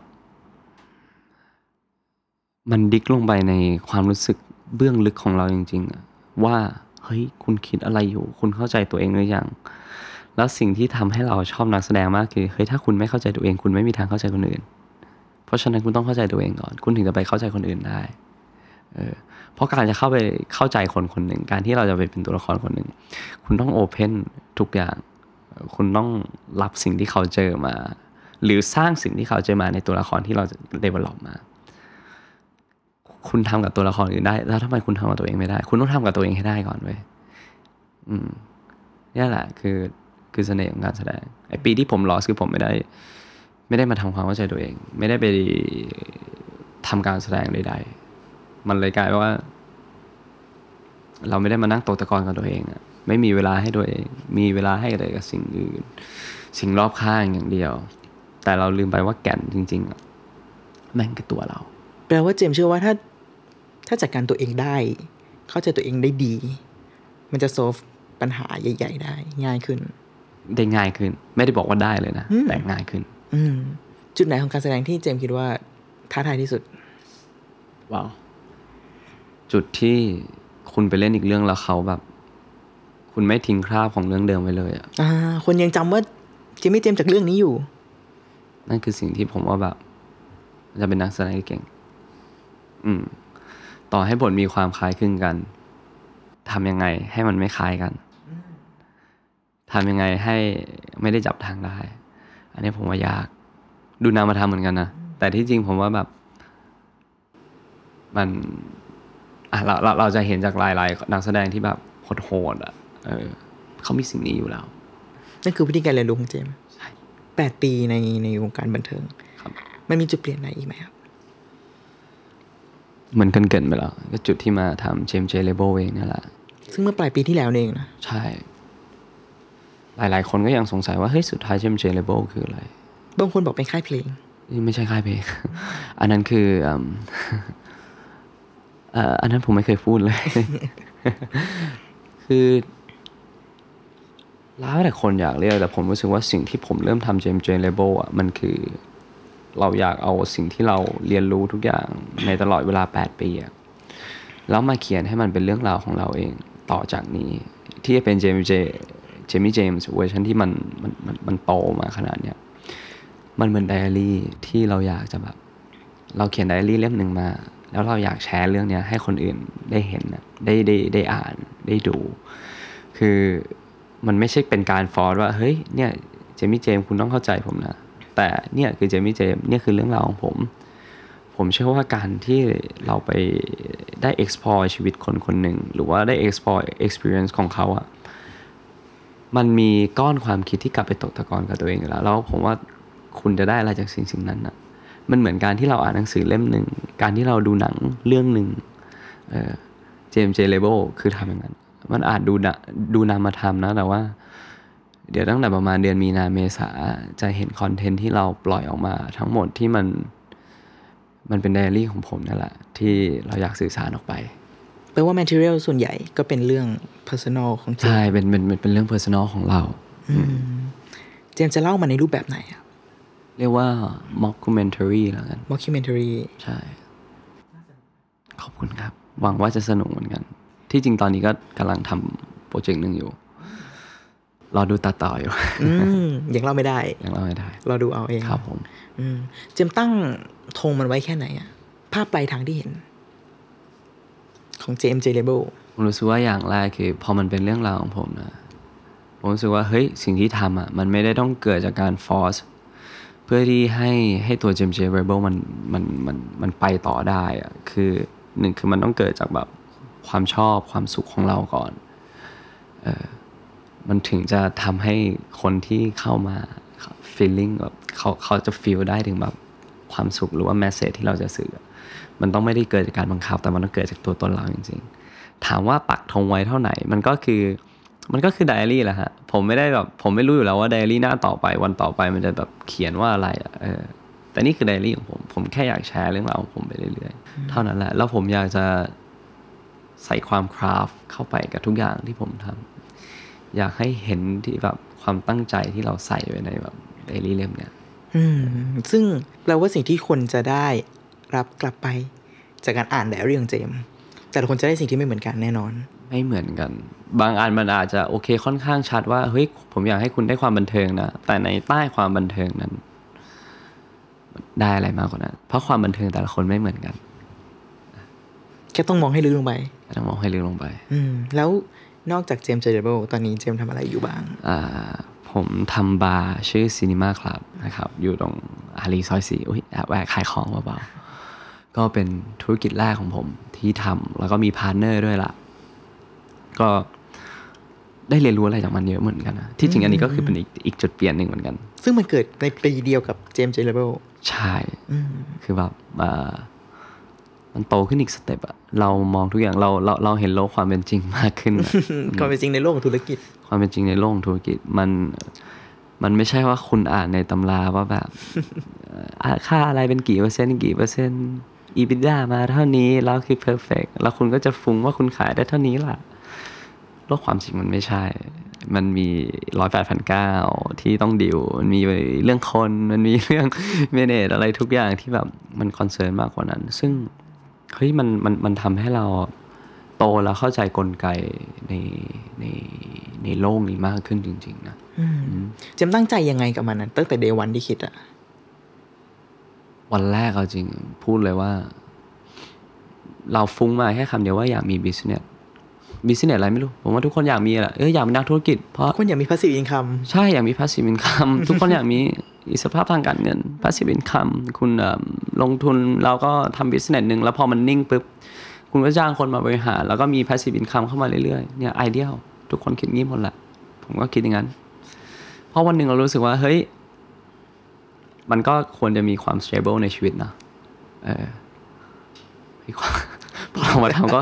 มันดิกลงไปในความรู้สึกเบื้องลึกของเราจริงๆว่าเฮ้ยคุณคิดอะไรอยู่คุณเข้าใจตัวเองหรือยังแล้วสิ่งที่ทำให้เราชอบนักแสดงมากคือเฮ้ยถ้าคุณไม่เข้าใจตัวเองคุณไม่มีทางเข้าใจคนอื่นเพราะฉะนั้นคุณต้องเข้าใจตัวเองก่อนคุณถึงจะไปเข้าใจคนอื่นได้เพราะการจะเข้าไปเข้าใจคนคนหนึ่งการที่เราจะไปเป็นตัวละครคนหนึ่งคุณต้องโอเพนทุกอย่างคุณต้องรับสิ่งที่เขาเจอมาหรือสร้างสิ่งที่เขาเจอมาในตัวละครที่เราจะ develop มาคุณทำกับตัวละครอื่นได้แล้วทำไมคุณทำกับตัวเองไม่ได้คุณต้องทำกับตัวเองให้ได้ก่อนเว้ยนี่แหละคือเสน่ห์ของการแสดงไอ้ปีที่ผม lost คือผมไม่ได้มาทำความเข้าใจตัวเองไม่ได้ไปทำการแสดงใดๆมันเลยกลายว่าเราไม่ได้มานั่งตกตะกอนกับตัวเองอะไม่มีเวลาให้ตัวเองมีเวลาให้กับสิ่งอื่นสิ่งรอบข้างอย่างเดียวแต่เราลืมไปว่าแก่นจริงๆอะแม่งคือตัวเราแปลว่าเจมส์เชื่อว่าถ้าจัดการตัวเองได้เข้าใจตัวเองได้ดีมันจะ solve ปัญหาใหญ่ๆได้ง่ายขึ้นได้ง่ายขึ้นไม่ได้บอกว่าได้เลยนะแต่ง่ายขึ้นจุดไหนของการแสดงที่เจมส์คิดว่าท้าทายที่สุดว้าวจุดที่คุณไปเล่นอีกเรื่องแล้วเขาแบบคุณไม่ทิ้งคราบของเรื่องเดิมไว้เลยคนยังจำว่าเจมส์จากเรื่องนี้อยู่นั่นคือสิ่งที่ผมว่าแบบจะเป็นนักแสดงที่เก่งต่อให้บทมีความคล้ายคลึงกันทำยังไงให้มันไม่คล้ายกันทำยังไงให้ไม่ได้จับทางได้อันนี้ผมว่ายากดูนามธรรมเหมือนกันนะแต่ที่จริงผมว่าแบบมันเราจะเห็นจากหลายๆนักแสดงที่แบบโหดๆเขามีสิ่งนี้อยู่แล้วนั่นคือวิธีการเรียนรู้ของเจมส์ใช่8 ปีในวงการบันเทิงครับมันมีจุดเปลี่ยนไหนอีกไหมครับเหมือนกันเกินไปแล้วก็จุดที่มาทำJames J. Label เองนี่แหละซึ่งเมื่อปลายปีที่แล้วเองนะใช่หลายๆคนก็ยังสงสัยว่าเฮ้ยสุดท้ายJames J. Label คืออะไรบางคนบอกเป็นค่ายเพลงไม่ใช่ค่ายเพลง อันนั้นคืออันนั้นผมไม่เคยพูดเลย คือแล้วแต่คนอยากเรียกแต่ผมรู้สึกว่าสิ่งที่ผมเริ่มทำJames J. Label อ่ะมันคือเราอยากเอาสิ่งที่เราเรียนรู้ทุกอย่างในตลอดเวลา8 ปีอ่ะแล้วมาเขียนให้มันเป็นเรื่องราวของเราเองต่อจากนี้ที่จะเป็นเจมี่เจมส์เวอร์ชันที่มันโตมาขนาดเนี้ยมันเหมือนไดอารี่ที่เราอยากจะแบบเราเขียนไดอารี่เล่มหนึ่งมาแล้วเราอยากแชร์เรื่องนี้ให้คนอื่นได้เห็นได้อ่านได้ดูคือมันไม่ใช่เป็นการฟอร์สว่าเฮ้ยเนี่ยเจมี่เจมส์คุณต้องเข้าใจผมนะแต่เนี่ยคือเจมี่เจมส์เนี่ยคือเรื่องราวของผมเชื่อว่าการที่เราไปได้ explore ชีวิตคนหนึ่งหรือว่าได้ explore experience ของเขาอะมันมีก้อนความคิดที่กลับไปตกตะกอนกับตัวเองแล้วผมว่าคุณจะได้อะไรจากสิ่งนั้นอะมันเหมือนการที่เราอ่านหนังสือเล่มหนึ่งการที่เราดูหนังเรื่องหนึ่งเจมส์ J. Label คือทำอย่างนั้นมันอาจดูนามธรรมนะแต่ว่าเดี๋ยวตั้งแต่ประมาณเดือนมีนาเมษาจะเห็นคอนเทนต์ที่เราปล่อยออกมาทั้งหมดที่มันเป็นไดอารี่ของผมนั่นแหละที่เราอยากสื่อสารออกไปแปลว่า material ส่วนใหญ่ก็เป็นเรื่อง personal ของเจมส์ใช่เป็นเรื่อง personal ของเราเจมส์จะเล่ามาในรูปแบบไหนครับเรียกว่า mockumentary แล้วกัน mockumentary ใช่ขอบคุณครับหวังว่าจะสนุกเหมือนกันที่จริงตอนนี้ก็กำลังทำโปรเจกต์นึงอยู่รอดูตัดต่ออยู่ยังเล่าไม่ได้รอดูเอาเองครับผมเจมตั้งธงมันไว้แค่ไหนอะภาพปลายทางที่เห็นของ James J. Label ผมรู้สึกว่าอย่างแรกคือพอมันเป็นเรื่องราวของผมนะผมรู้สึกว่าเฮ้ยสิ่งที่ทำอ่ะมันไม่ได้ต้องเกิดจากการฟอร์สเพื่อที่ให้ตัว James J. Label มันไปต่อได้อ่ะคือหนึ่งคือมันต้องเกิดจากแบบความชอบความสุขของเราก่อนมันถึงจะทำให้คนที่เข้ามา feeling แบบเขาจะ feel ได้ถึงแบบความสุขหรือว่า message ที่เราจะสื่อมันต้องไม่ได้เกิดจากการบังคับแต่มันต้องเกิดจากตัวตนเราจริงๆถามว่าปักธงไว้เท่าไหร่มันก็คือไดอารี่แหละฮะผมไม่รู้อยู่แล้วว่าไดอารี่หน้าต่อไปวันต่อไปมันจะแบบเขียนว่าอะไรแต่นี่คือไดอารี่ของผมแค่อยากแชร์เรื่องราวของผมไปเรื่อยๆเท่านั้นแหละแล้วผมอยากจะใส่ความคราฟเข้าไปกับทุกอย่างที่ผมทำอยากให้เห็นที่แบบความตั้งใจที่เราใส่ไว้ในแบบไดอารี่เล่มเนี้ยซึ่งแปลว่าสิ่งที่คนจะได้รับกลับไปจากการอ่านไดอารี่ของเจมส์แต่ละคนจะได้สิ่งที่ไม่เหมือนกันแน่นอนไม่เหมือนกันบางอันมันอาจจะโอเคค่อนข้างชัดว่าเฮ้ยผมอยากให้คุณได้ความบันเทิงนะแต่ในใต้ความบันเทิงนั้นได้อะไรมากกว่านั้นเพราะความบันเทิงแต่ละคนไม่เหมือนกันแค่ต้องมองให้ลึกลงไปแล้วนอกจาก James J. Label ตอนนี้เจมส์ทำอะไรอยู่บ้างผผมทำบาร์ชื่อ Cinema Club นะครับอยู่ตรงอารีซอย4อุ๊ยแอบแวะขายของเบาๆก็เป็นธุรกิจแรกของผมที่ทำแล้วก็มีพาร์ทเนอร์ด้วยล่ะก็ได้เรียนรู้อะไรจากมันเยอะเหมือนกันนะที่จริงอันนี้ก็คือเป็นอีกจุดเปลี่ยนหนึ่งเหมือนกันซึ่งมันเกิดในปีเดียวกับเจมส์เจเลเบลใช่คือแบบมันโตขึ้นอีกสเต็ปอะเรามองทุกอย่างเราเห็นโลกความเป็นจริงมากขึ้นความเป็นจริงในโลกของธุรกิจความเป็นจริงในโลกของธุรกิจมันไม่ใช่ว่าคุณอ่านในตำราว่าแบบ ค่าอะไรเป็นกี่เปอร์เซ็นต์EBITDA มาเท่านี้แล้วคือ perfect แล้วคุณก็จะฟุ้งว่าคุณขายได้เท่านี้ล่ะโลกความจริงมันไม่ใช่มันมี108,900ที่ต้องดิวมันมีเรื่องคนมันมีเรื่อง manage อะไรทุกอย่างที่แบบมันคอนเซิร์นมากกว่านั้นซึ่งเฮ้ยมันทำให้เราโตแล้วเข้าใจกลไกในโลกนี้มากขึ้นจริงๆนะเจมตั้งใจยังไงกับมันนะตั้งแต่ day 1ที่คิดอะวันแรกเอาจริงพูดเลยว่าเราฟุ้งมาแค่คำเดียวว่าอยากมี business อะไรไม่รู้ผมว่าทุกคนอยากมีแหละอยากเป็นนักธุรกิจเพราะคนอยากมี passive income ใช่อยากมี passive income ทุกคนอยากมีอิสรภาพทางการเงิน passive income คุณลงทุนแล้วก็ทำ business นึงแล้วพอมันนิ่งปุ๊บคุณก็จ้างคนมาบริหารแล้วก็มี passive income เข้ามาเรื่อยๆเนี่ยไอเดียลทุกคนคิดงี้หมดแหละผมก็คิดอย่างนั้นเพราะวันหนึ่งเรารู้สึกว่าเฮ้ยมันก็ควรจะมีความ stable ในชีวิตนะพอเรามาทำก็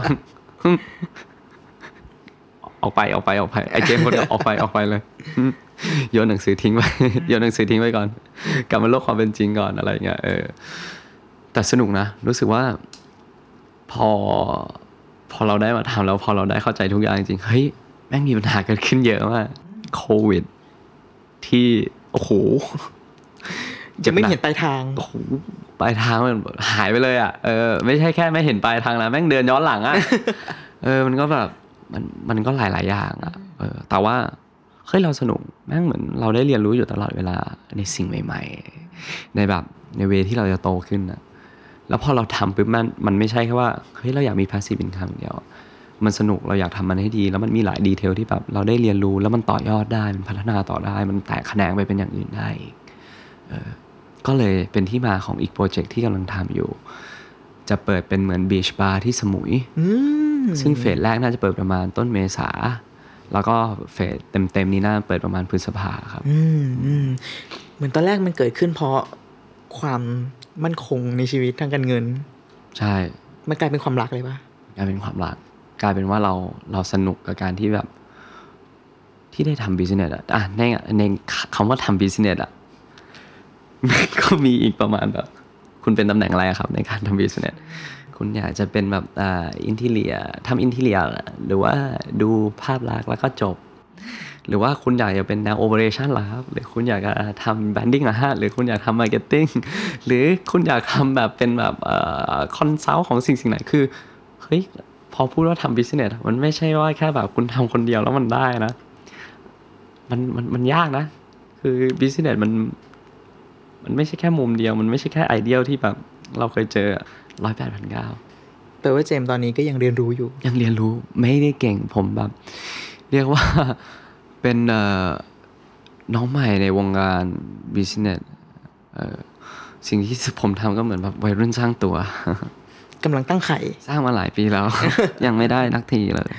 ออกไปไอ้เจมส์คนเดียวออกไปเลยโยนหนังสือทิ้งไว้ก่อนกลับมาโลกความเป็นจริงก่อนอะไรเงี้ยแต่สนุกนะรู้สึกว่าพอเราได้มาทำแล้วพอเราได้เข้าใจทุกอย่างจริงๆเฮ้ยแม่งมีปัญหาเกิดขึ้นเยอะมากโควิดที่โอ้โหจะไม่เห็นปลายทางโอ้โหปลายทางมันหายไปเลยอ่ะไม่ใช่แค่ไม่เห็นปลายทางนะแม่งเดินย้อนหลังอ่ะมันก็แบบมันก็หลายอย่างอ่ะแต่ว่าเฮ้ยเราสนุกแม่งเหมือนเราได้เรียนรู้อยู่ตลอดเวลาในสิ่งใหม่ๆในแบบในเวที่เราจะโตขึ้นนะแล้วพอเราทำปุ๊บมันไม่ใช่แค่ว่าเฮ้ยเราอยากมี passive income อย่างเดียวมันสนุกเราอยากทำมันให้ดีแล้วมันมีหลายดีเทลที่แบบเราได้เรียนรู้แล้วมันต่อยอดได้มันพัฒนาต่อได้มันแตกแขนงไปเป็นอย่างอื่นได้ก็เลยเป็นที่มาของอีกโปรเจกต์ที่กำลังทำอยู่จะเปิดเป็นเหมือนบีชบาร์ที่สมุยซึ่งเฟสแรกน่าจะเปิดประมาณต้นเมษาแล้วก็เฟสเต็มนี้น่าเปิดประมาณพฤษภาครับเหมือนตอนแรกมันเกิดขึ้นเพราะความมั่นคงในชีวิตทางการเงินใช่มันกลายเป็นความรักเลยป่ะกลายเป็นความรักกลายเป็นว่าเราสนุกกับการที่แบบที่ได้ทำบิสเนสอ่ะในคำว่าทำบิสเนสอ่ะก็มีอีกประมาณแบบคุณเป็นตำแหน่งอะไรครับในการทำบิสเนสคุณอยากจะเป็นแบบอินทีเรียทำอินทีเรียหรือว่าดูภาพลักษณ์แล้วก็จบหรือว่าคุณอยากจะเป็นแนวโอเปอเรชั่นล่ะครับหรือคุณอยากจะทำแบรนดิ้งฮะหรือคุณอยากทำมาร์เก็ตติ้งหรือคุณอยากทำแบบเป็นแบบคอนซัลท์ของสิ่งไหนคือเฮ้ยพอพูดว่าทำบิสเนสมันไม่ใช่ว่าแค่แบบคุณทำคนเดียวแล้วมันได้นะมันยากนะคือบิสเนสมันไม่ใช่แค่มุมเดียวมันไม่ใช่แค่ไอเดียลที่แบบเราเคยเจอ108,900 แปลว่าเจมส์ตอนนี้ก็ยังเรียนรู้อยู่ยังเรียนรู้ไม่ได้เก่งผมแบบเรียกว่าเป็นน้องใหม่ในวงการบิสเนสสิ่งที่ผมทำก็เหมือนแบบวัยรุ่นสร้างตัวกำลังตั้งไข่สร้างมาหลายปีแล้ว ยังไม่ได้นักทีเลย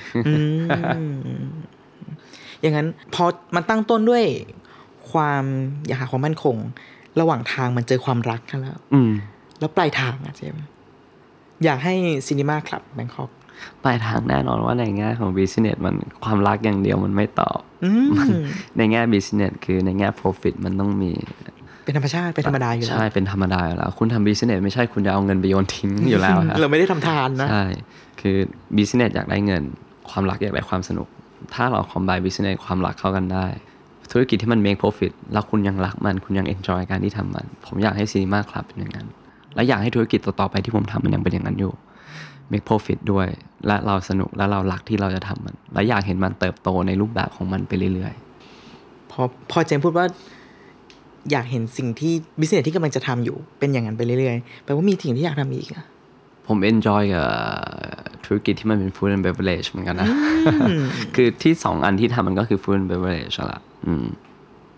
อย่างนั้นพอมันตั้งต้นด้วยความอยากหาความมั่นคงระหว่างทางมันเจอความรักกันแล้วปลายทางอะเจมอยากให้ Cinema Club Bangkok ปลายทางแน่นอนว่าในแง่ของ business มันความรักอย่างเดียวมันไม่ตอบในแง่ business คือในแง่ profit มันต้องมีเป็นธรรมชาติเป็นธรรมดาอยู่แล้วใช่เป็นธรรมดาอยู่แล้วคุณทำ business ไม่ใช่คุณจะเอาเงินไปโยนทิ้งอยู่แล้วครับเราไม่ได้ทำทานนะใช่คือ business อยากได้เงินความรักอยากได้ความสนุกถ้าเรา combine business ความรักเข้ากันได้ธุรกิจที่มัน make profit แล้วคุณยังรักมันคุณยัง enjoy การที่ทำมันผมอยากให้ Cinema Club เป็นอย่างนั้นและอยากให้ธุรกิจต่อๆไปที่ผมทำมันยังเป็นอย่างนั้นอยู่ make profit ด้วยและเราสนุกและเรารักที่เราจะทำมันและอยากเห็นมันเติบโตในรูปแบบของมันไปเรื่อยๆพอเจมพูดว่าอยากเห็นสิ่งที่ business ที่กำลังจะทำอยู่เป็นอย่างนั้นไปเรื่อยๆแปลว่ามีสิ่งที่อยากทำอีกอะผม enjoy กับธุรกิจที่มันเป็น food and beverage เหมือนกันนะ คือที่2อันที่ทำมันก็คือ food and beverage ละ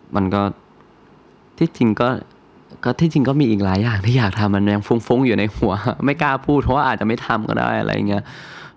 มันก็ที่จริงก็มีอีกหลายอย่างที่อยากทำมันยังฟุ้งๆอยู่ในหัว ไม่กล้าพูดเพราะว่าอาจจะไม่ทำก็ได้อะไรเงี้ย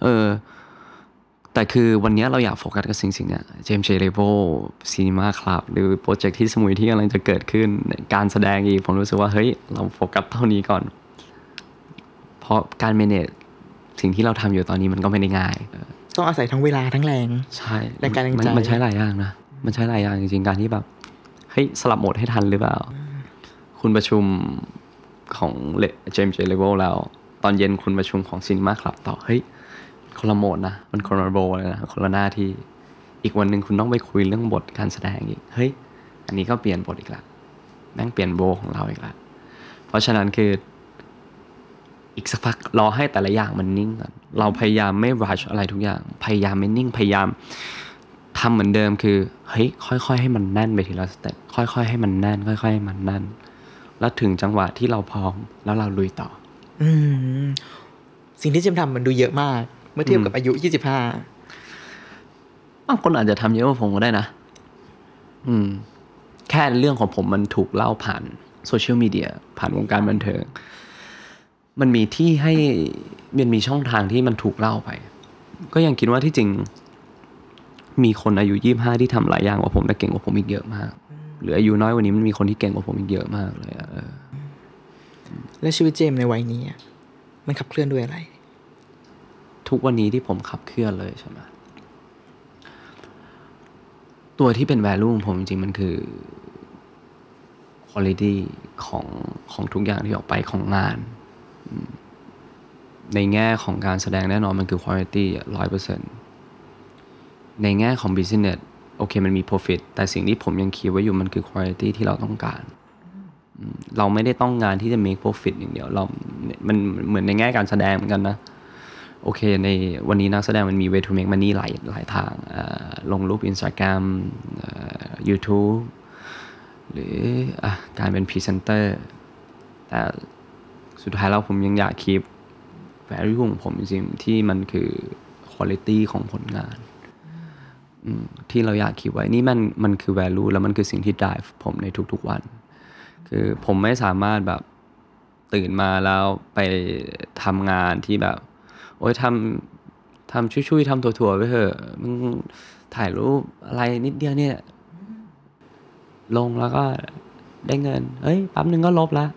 แต่คือวันนี้เราอยากโฟกัสกับสิ่งเนี้ย James J Level Cinema Club หรือโปรเจกต์ที่สมุยที่กำลังจะเกิดขึ้นการแสดงอีกผมรู้สึกว่าเฮ้ยเราโฟกัสเท่านี้ก่อนเพราะการ manage สิ่งที่เราทำอยู่ตอนนี้มันก็ไม่ได้ง่ายต้องอาศัยทั้งเวลาทั้งแรงใช่และการตั้งใจมันใช้หลายอย่างนะมันใช้หลายอย่างจริงๆการที่แบบเฮ้ยสลับโหมดให้ทันหรือเปล่าคุณประชุมของ James J Level แล้วตอนเย็นคุณประชุมของ Cinema Club ต่อเฮ้ยคนละโหมดนะมันคนละโรเลยนะคนละหน้าที่อีกวันนึงคุณต้องไปคุยเรื่องบทการแสดงอีกเฮ้ยอันนี้ก็เปลี่ยนบทอีกละแม่งเปลี่ยนโบของเราอีกละเพราะฉะนั้นคืออีกสักพักรอให้แต่ละอย่างมันนิ่งก่อนเราพยายามไม่รัชอะไรทุกอย่างพยายามไม่นิ่งพยายามทำเหมือนเดิมคือเฮ้ยค่อยๆให้มันแน่นไปทีละสเต็ปค่อยๆให้มันแน่นค่อยๆให้มันแน่นแล้วถึงจังหวะที่เราพร้อมแล้วเราลุยต่อสิ่งที่เจมทำมันดูเยอะมากเมื่อเทียบกับอายุ25 บางคนอาจจะทำเยอะกว่าผมก็ได้นะแค่เรื่องของผมมันถูกเล่าผ่านโซเชียลมีเดียผ่านวงการบันเทิงมันมีที่ให้มันมีช่องทางที่มันถูกเล่าไปก็ยังคิดว่าที่จริงมีคนอายุ25ที่ทำหลายอย่างกว่าผมและเก่งกว่าผมอีกเยอะมากหรืออายุน้อยกว่านี้มันมีคนที่เก่งกว่าผมอีกเยอะมากเลยและชีวิตเจมในวัยนี้มันขับเคลื่อนด้วยอะไรทุกวันนี้ที่ผมขับเคลื่อนเลยใช่ไหมตัวที่เป็น value ของผมจริงๆมันคือ quality ของทุกอย่างที่ออกไปของงานในแง่ของการแสดงแน่นอนมันคือ quality 100% ในแง่ของ business โอเคมันมี profit แต่สิ่งที่ผมยังคีย์ไว้อยู่มันคือ quality ที่เราต้องการเราไม่ได้ต้องงานที่จะ make profit อย่างเดียวมันเหมือนในแง่การแสดงเหมือนกันนะโอเคในวันนี้นักแสดงมันมี way to make money หลายทางลงรูป Instagram YouTube หรือการเป็นพรีเซนเตอร์แต่สุดท้ายแล้วผมยังอยากคีป value ของผมจริงๆที่มันคือ quality ของผลงานที่เราอยากคีปไว้นี่มันคือ value แล้วมันคือสิ่งที่ drive ผมในทุกๆวันคือผมไม่สามารถแบบตื่นมาแล้วไปทำงานที่แบบโอ๊ยทำชุยๆทำถั่วๆไปเถอะมึงถ่ายรูปอะไรนิดเดียวเนี่ยลงแล้วก็ได้เงินเฮ้ยแป๊บนึงก็ลบละ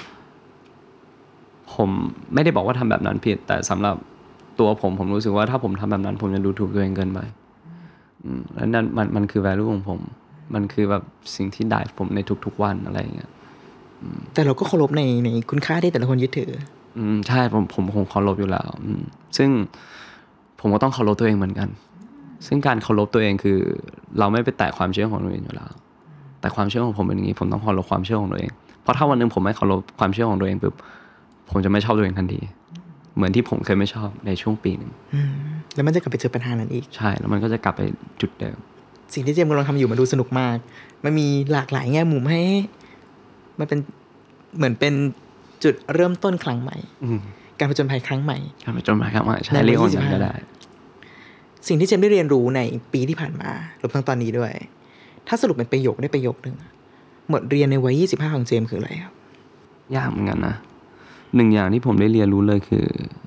ผมไม่ได้บอกว่าทำแบบนั้นผิดแต่สำหรับตัวผมรู้สึกว่าถ้าผมทำแบบนั้นผมจะดูถูกตัวเองเกินไปแล้วนั่นมันคือ value ของผมมันคือแบบสิ่งที่ได้ผมในทุกๆวันอะไรอย่างเงี้ยแต่เราก็เคารพในคุณค่าที่แต่ละคนยึดถือใช่ผมคงเคารพอยู่แล้วซึ่งผมก็ต้องเคารพตัวเองเหมือนกันซึ่งการเคารพตัวเองคือเราไม่ไปแตะความเชื่อของตัวเองอยู่แล้วแต่ความเชื่อของผมเป็นอย่างนี้ผมต้องเคารพความเชื่อของตัวเองเพราะถ้าวันนึงผมไม่เคารพความเชื่อของตัวเองปุ๊บผมจะไม่ชอบตัวเองทันทีเหมือนที่ผมเคยไม่ชอบในช่วงปีนึงแล้วมันจะกลับไปเจอปัญหานั้นอีกใช่แล้วมันก็จะกลับไปจุดเดิมสิ่งที่เจมส์กำลังทำอยู่มันดูสนุกมากมันมีหลากหลายแง่มุมให้มันเป็นเหมือนเป็นจุดเริ่มต้นครั้งใหม่การผจญภัยครั้งใหม่การผจญภัยครั้งใหม่ใช่เรียกว่าอย่างนั้นก็ได้สิ่งที่เจมส์ได้เรียนรู้ในปีที่ผ่านมารวมทั้งตอนนี้ด้วยถ้าสรุปเป็นประโยคได้ประโยคนึงบทเรียนในวัย25ของเจมส์คืออะไรครับยากเหมือนกันนะหนึ่งอย่างที่ผมได้เรียนรู้เลยคือ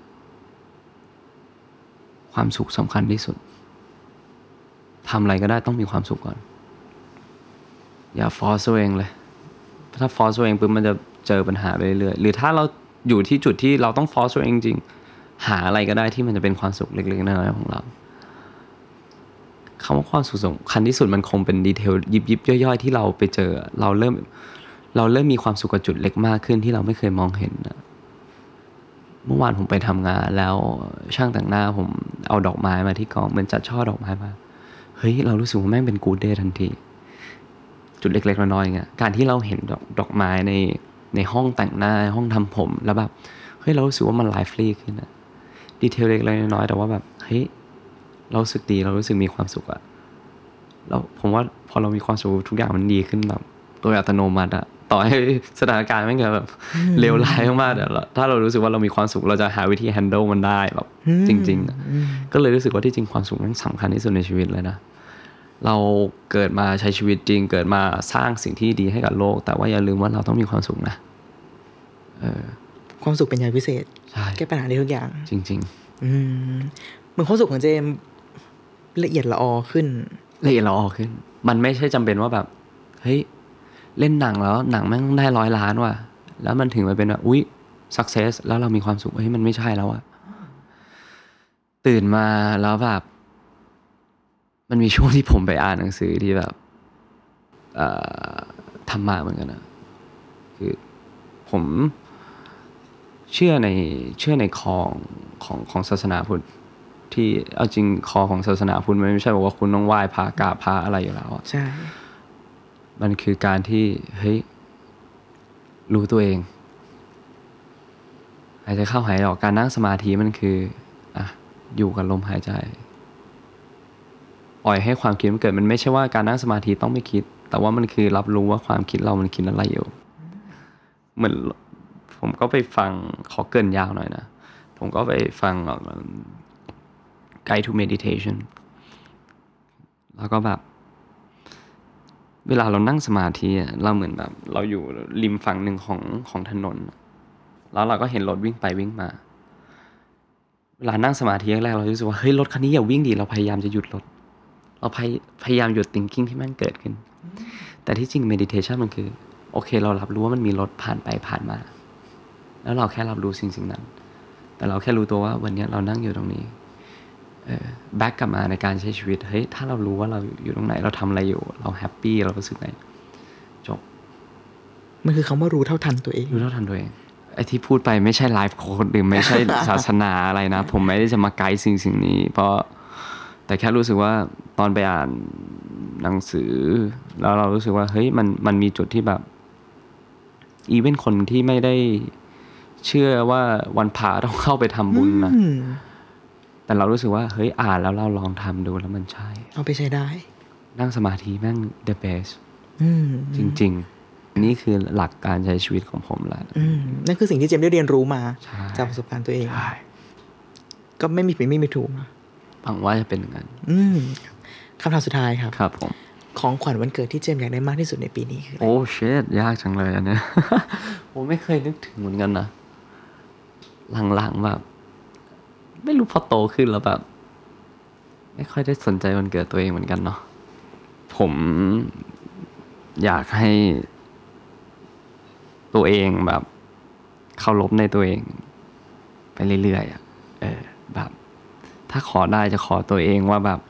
ความสุขสำคัญที่สุดทำอะไรก็ได้ต้องมีความสุขก่อนอย่าฟอร์สตัวเองเลยถ้าฟอร์สตัวเองปุ๊บมันจะเจอปัญหาไปเรื่อยๆหรือถ้าเราอยู่ที่จุดที่เราต้องฟอร์สตัวเองจริงหาอะไรก็ได้ที่มันจะเป็นความสุขเล็กๆน้อยๆของเราคำว่าความสุขสำคัญที่สุดมันคงเป็นดีเทลยิบย่อยๆที่เราไปเจอเราเริ่มมีความสุขกับจุดเล็กมากขึ้นที่เราไม่เคยมองเห็นนะเมื่อวานผมไปทำงานแล้วช่างแต่งหน้าผมเอาดอกไม้มาที่กองเหมือนจัดช่อดอกไม้มาเฮ้ยเรารู้สึกว่าแม่งเป็นกู๊ดเดย์ทันทีจุดเล็กๆน้อยๆอย่างเงี้ยการที่เราเห็นดอกไม้ในห้องแต่งหน้าห้องทำผมแล้วแบบเฮ้ยเรารู้สึกว่ามันไลฟ์ลีขึ้นนะดีเทลเล็กๆน้อยๆแต่ว่าแบบเฮ้ยเรารู้สึกดีเรารู้สึกมีความสุขอะแล้วผมว่าพอเรามีความสุขทุกอย่างมันดีขึ้นแบบโดยอัตโนมัติอะต่อให้สถานการณ์ไม่เกิดแบบเลวร้ายมากๆแต่ถ้าเรารู้สึกว่าเรามีความสุขเราจะหาวิธี handle มันได้แบบจริงๆก็เลยรู้สึกว่าที่จริงความสุขนั้นสำคัญที่สุดในชีวิตเลยนะเราเกิดมาใช้ชีวิตจริงเกิดมาสร้างสิ่งที่ดีให้กับโลกแต่ว่าอย่าลืมว่าเราต้องมีความสุขนะความสุขเป็นยาวิเศษใช่แก้ปัญหาได้ทุกอย่างจริงเหมือนความสุขของเจมละเอียดละออขึ้นมันไม่ใช่จำเป็นว่าแบบเฮ้ยเล่นหนังแล้วหนังแม่งได้100 ล้านว่ะแล้วมันถึงมาเป็นว่าอุ๊ย success แล้วเรามีความสุขเฮ้ยมันไม่ใช่แล้วอะตื่นมาแล้วแบบมันมีช่วงที่ผมไปอ่านหนังสือที่แบบธรรมะเหมือนกันนะคือผมเชื่อในคอของศาสนาพุทธที่เอาจริงคอของศาสนาพุทธมันไม่ใช่บอกว่าคุณต้องไหว้พระกราบพระอะไรอยู่แล้วใช่มันคือการที่เฮ้ยรู้ตัวเองหายใจเข้าหายใจออกการนั่งสมาธิมันคืออยู่กับลมหายใจปล่อยให้ความคิดมันเกิดมันไม่ใช่ว่าการนั่งสมาธิต้องไม่คิดแต่ว่ามันคือรับรู้ว่าความคิดเรามันคิดอะไรอยู่เหมือนผมก็ไปฟังขอเกริ่นยาวหน่อยนะผมก็ไปฟังGuide to Meditation แล้วก็แบบเวลาเรานั่งสมาธิเราเหมือนแบบเราอยู่ริมฝั่งหนึ่งของถนนแล้วเราก็เห็นรถวิ่งไปวิ่งมาเวลานั่งสมาธิแรกเรารู้สึกว่าเฮ้ยรถคันนี้อย่าวิ่งดิเราพยายามจะหยุดรถเราพยายามหยุด thinking ที่มันเกิดขึ้นแต่ที่จริง meditation มันคือโอเคเรารับรู้ว่ามันมีรถผ่านไปผ่านมาแล้วเราแค่รับรู้สิ่งนั้นแต่เราแค่รู้ตัวว่าวันนี้เรานั่งอยู่ตรงนี้แบ็กกลับมาในการใช้ชีวิตเฮ้ยถ้าเรารู้ว่าเราอยู่ตรงไหนเราทำอะไรอยู่เราแฮปปี้เรารู้สึกไงจบมันคือคำว่ารู้เท่าทันตัวเองไอ้ที่พูดไปไม่ใช่ไลฟ์โค้ดหรือไม่ใช่ ศาสนาอะไรนะผมไม่ได้จะมาไกด์สิ่งนี้เพราะแต่แค่รู้สึกว่าตอนไปอ่านหนังสือแล้วเรารู้สึกว่าเฮ้ยมันมีจุดที่แบบอีเวนคนที่ไม่ได้เชื่อว่าวันพระต้องเข้าไปทำบุญนะแต่เรารู้สึกว่าเฮ้ยอ่านแล้วเราลองทำดูแล้วมันใช่เอาไปใช้ได้นั่งสมาธิแม่ง the best จริงๆนี่คือหลักการใช้ชีวิตของผมแหละนั่นคือสิ่งที่เจมได้เรียนรู้มาจากประสบการณ์ตัวเองก็ไม่มีผิดไม่มีถูกหวังว่าจะเป็นอย่างนั้นคำถามสุดท้ายครับครับผมของขวัญวันเกิดที่เจมอยากได้มากที่สุดในปีนี้คืออะไรโอ้เชิดยากจังเลยอันเนี้ย ผมไม่เคยนึกถึงเหมือนกันนะหลังๆแบบไม่รู้พอโตขึ้นแล้วแบบไม่ค่อยได้สนใจวันเกิดตัวเองเหมือนกันเนาะผมอยากให้ตัวเองแบบเคารพในตัวเองไปเรื่อยๆแบบถ้าขอได้จะขอตัวเองว่าแบบ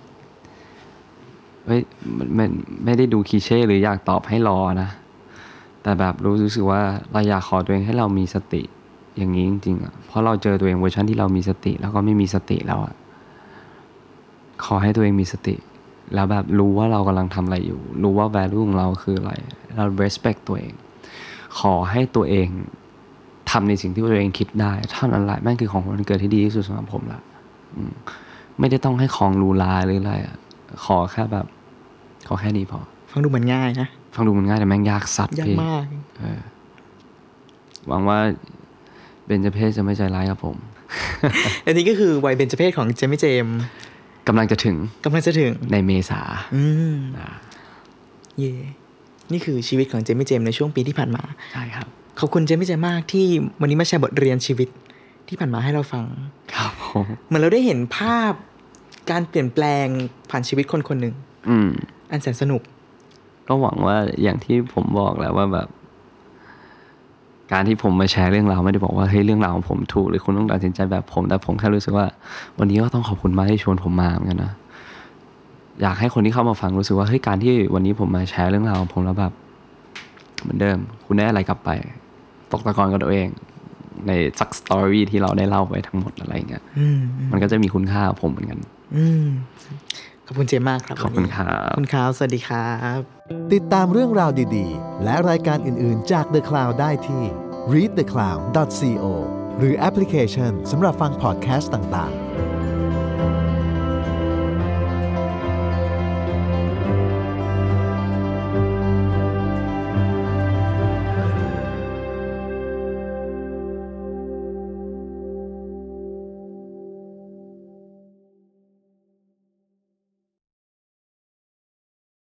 เฮ้ยมันไม่ได้ดูคลีเช่หรืออยากตอบให้รอนะแต่แบบรู้สึกว่าเราอยากขอตัวเองให้เรามีสติอย่างนี้จริงๆเพราะเราเจอตัวเองเวอร์ชันที่เรามีสติแล้วก็ไม่มีสติแล้วขอให้ตัวเองมีสติแล้วแบบรู้ว่าเรากำลังทำอะไรอยู่รู้ว่า value ของเราคืออะไรเรา respect ตัวเองขอให้ตัวเองทำในสิ่งที่ตัวเองคิดได้เท่านั้นแหละแม่งคือของวันเกิดที่ดีที่สุดสำหรับผมละไม่ได้ต้องให้ของหรูหราหรืออะไรขอแค่แบบขอแค่นี้พอฟังดูเหมือนง่ายนะฟังดูเหมือนง่ายแต่แม่งยากสัตว์ยากมากหวังว่าเบญจเพศจะไม่ใจร้ายกับผมอันนี้ก็คือวัยเบญจเพศของเจมกำลังจะถึงในเมษาเย่นี่คือชีวิตของเจมในช่วงปีที่ผ่านมาใช่ครับขอบคุณเจมมากที่วันนี้มาแชร์บทเรียนชีวิตที่ผ่านมาให้เราฟังครับผมเหมือนเราได้เห็นภาพการเปลี่ยนแปลงผ่านชีวิตคนหนึ่งอันแสนสนุกก็หวังว่าอย่างที่ผมบอกแล้วว่าแบบการที่ผมมาแชร์เรื่องราวไม่ได้บอกว่าเฮ้ยเรื่องราวของผมถูกหรือคุณต้องตัดสินใจแบบผมแต่ผมแค่รู้สึกว่าวันนี้ก็ต้องขอบคุณมากที่ชวนผมมาเหมือนกันนะอยากให้คนที่เข้ามาฟังรู้สึกว่าเฮ้ยการที่วันนี้ผมมาแชร์เรื่องราวของผมแล้วแบบเหมือนเดิมคุณได้อะไรกลับไปตกตะกอนกับตัวเองในสักสตอรี่ที่เราได้เล่าไปทั้งหมดอะไรเงี้ยมันก็จะมีคุณค่ากับผมเหมือนกันขอบคุณเจมมากครับขอบคุณครับคุณครับสวัสดีครับติดตามเรื่องราวดีๆและรายการอื่นๆจาก The Cloud ได้ที่ readthecloud.co หรือแอปพลิเคชันสำหรับฟังพอดแคสต์ต่างๆ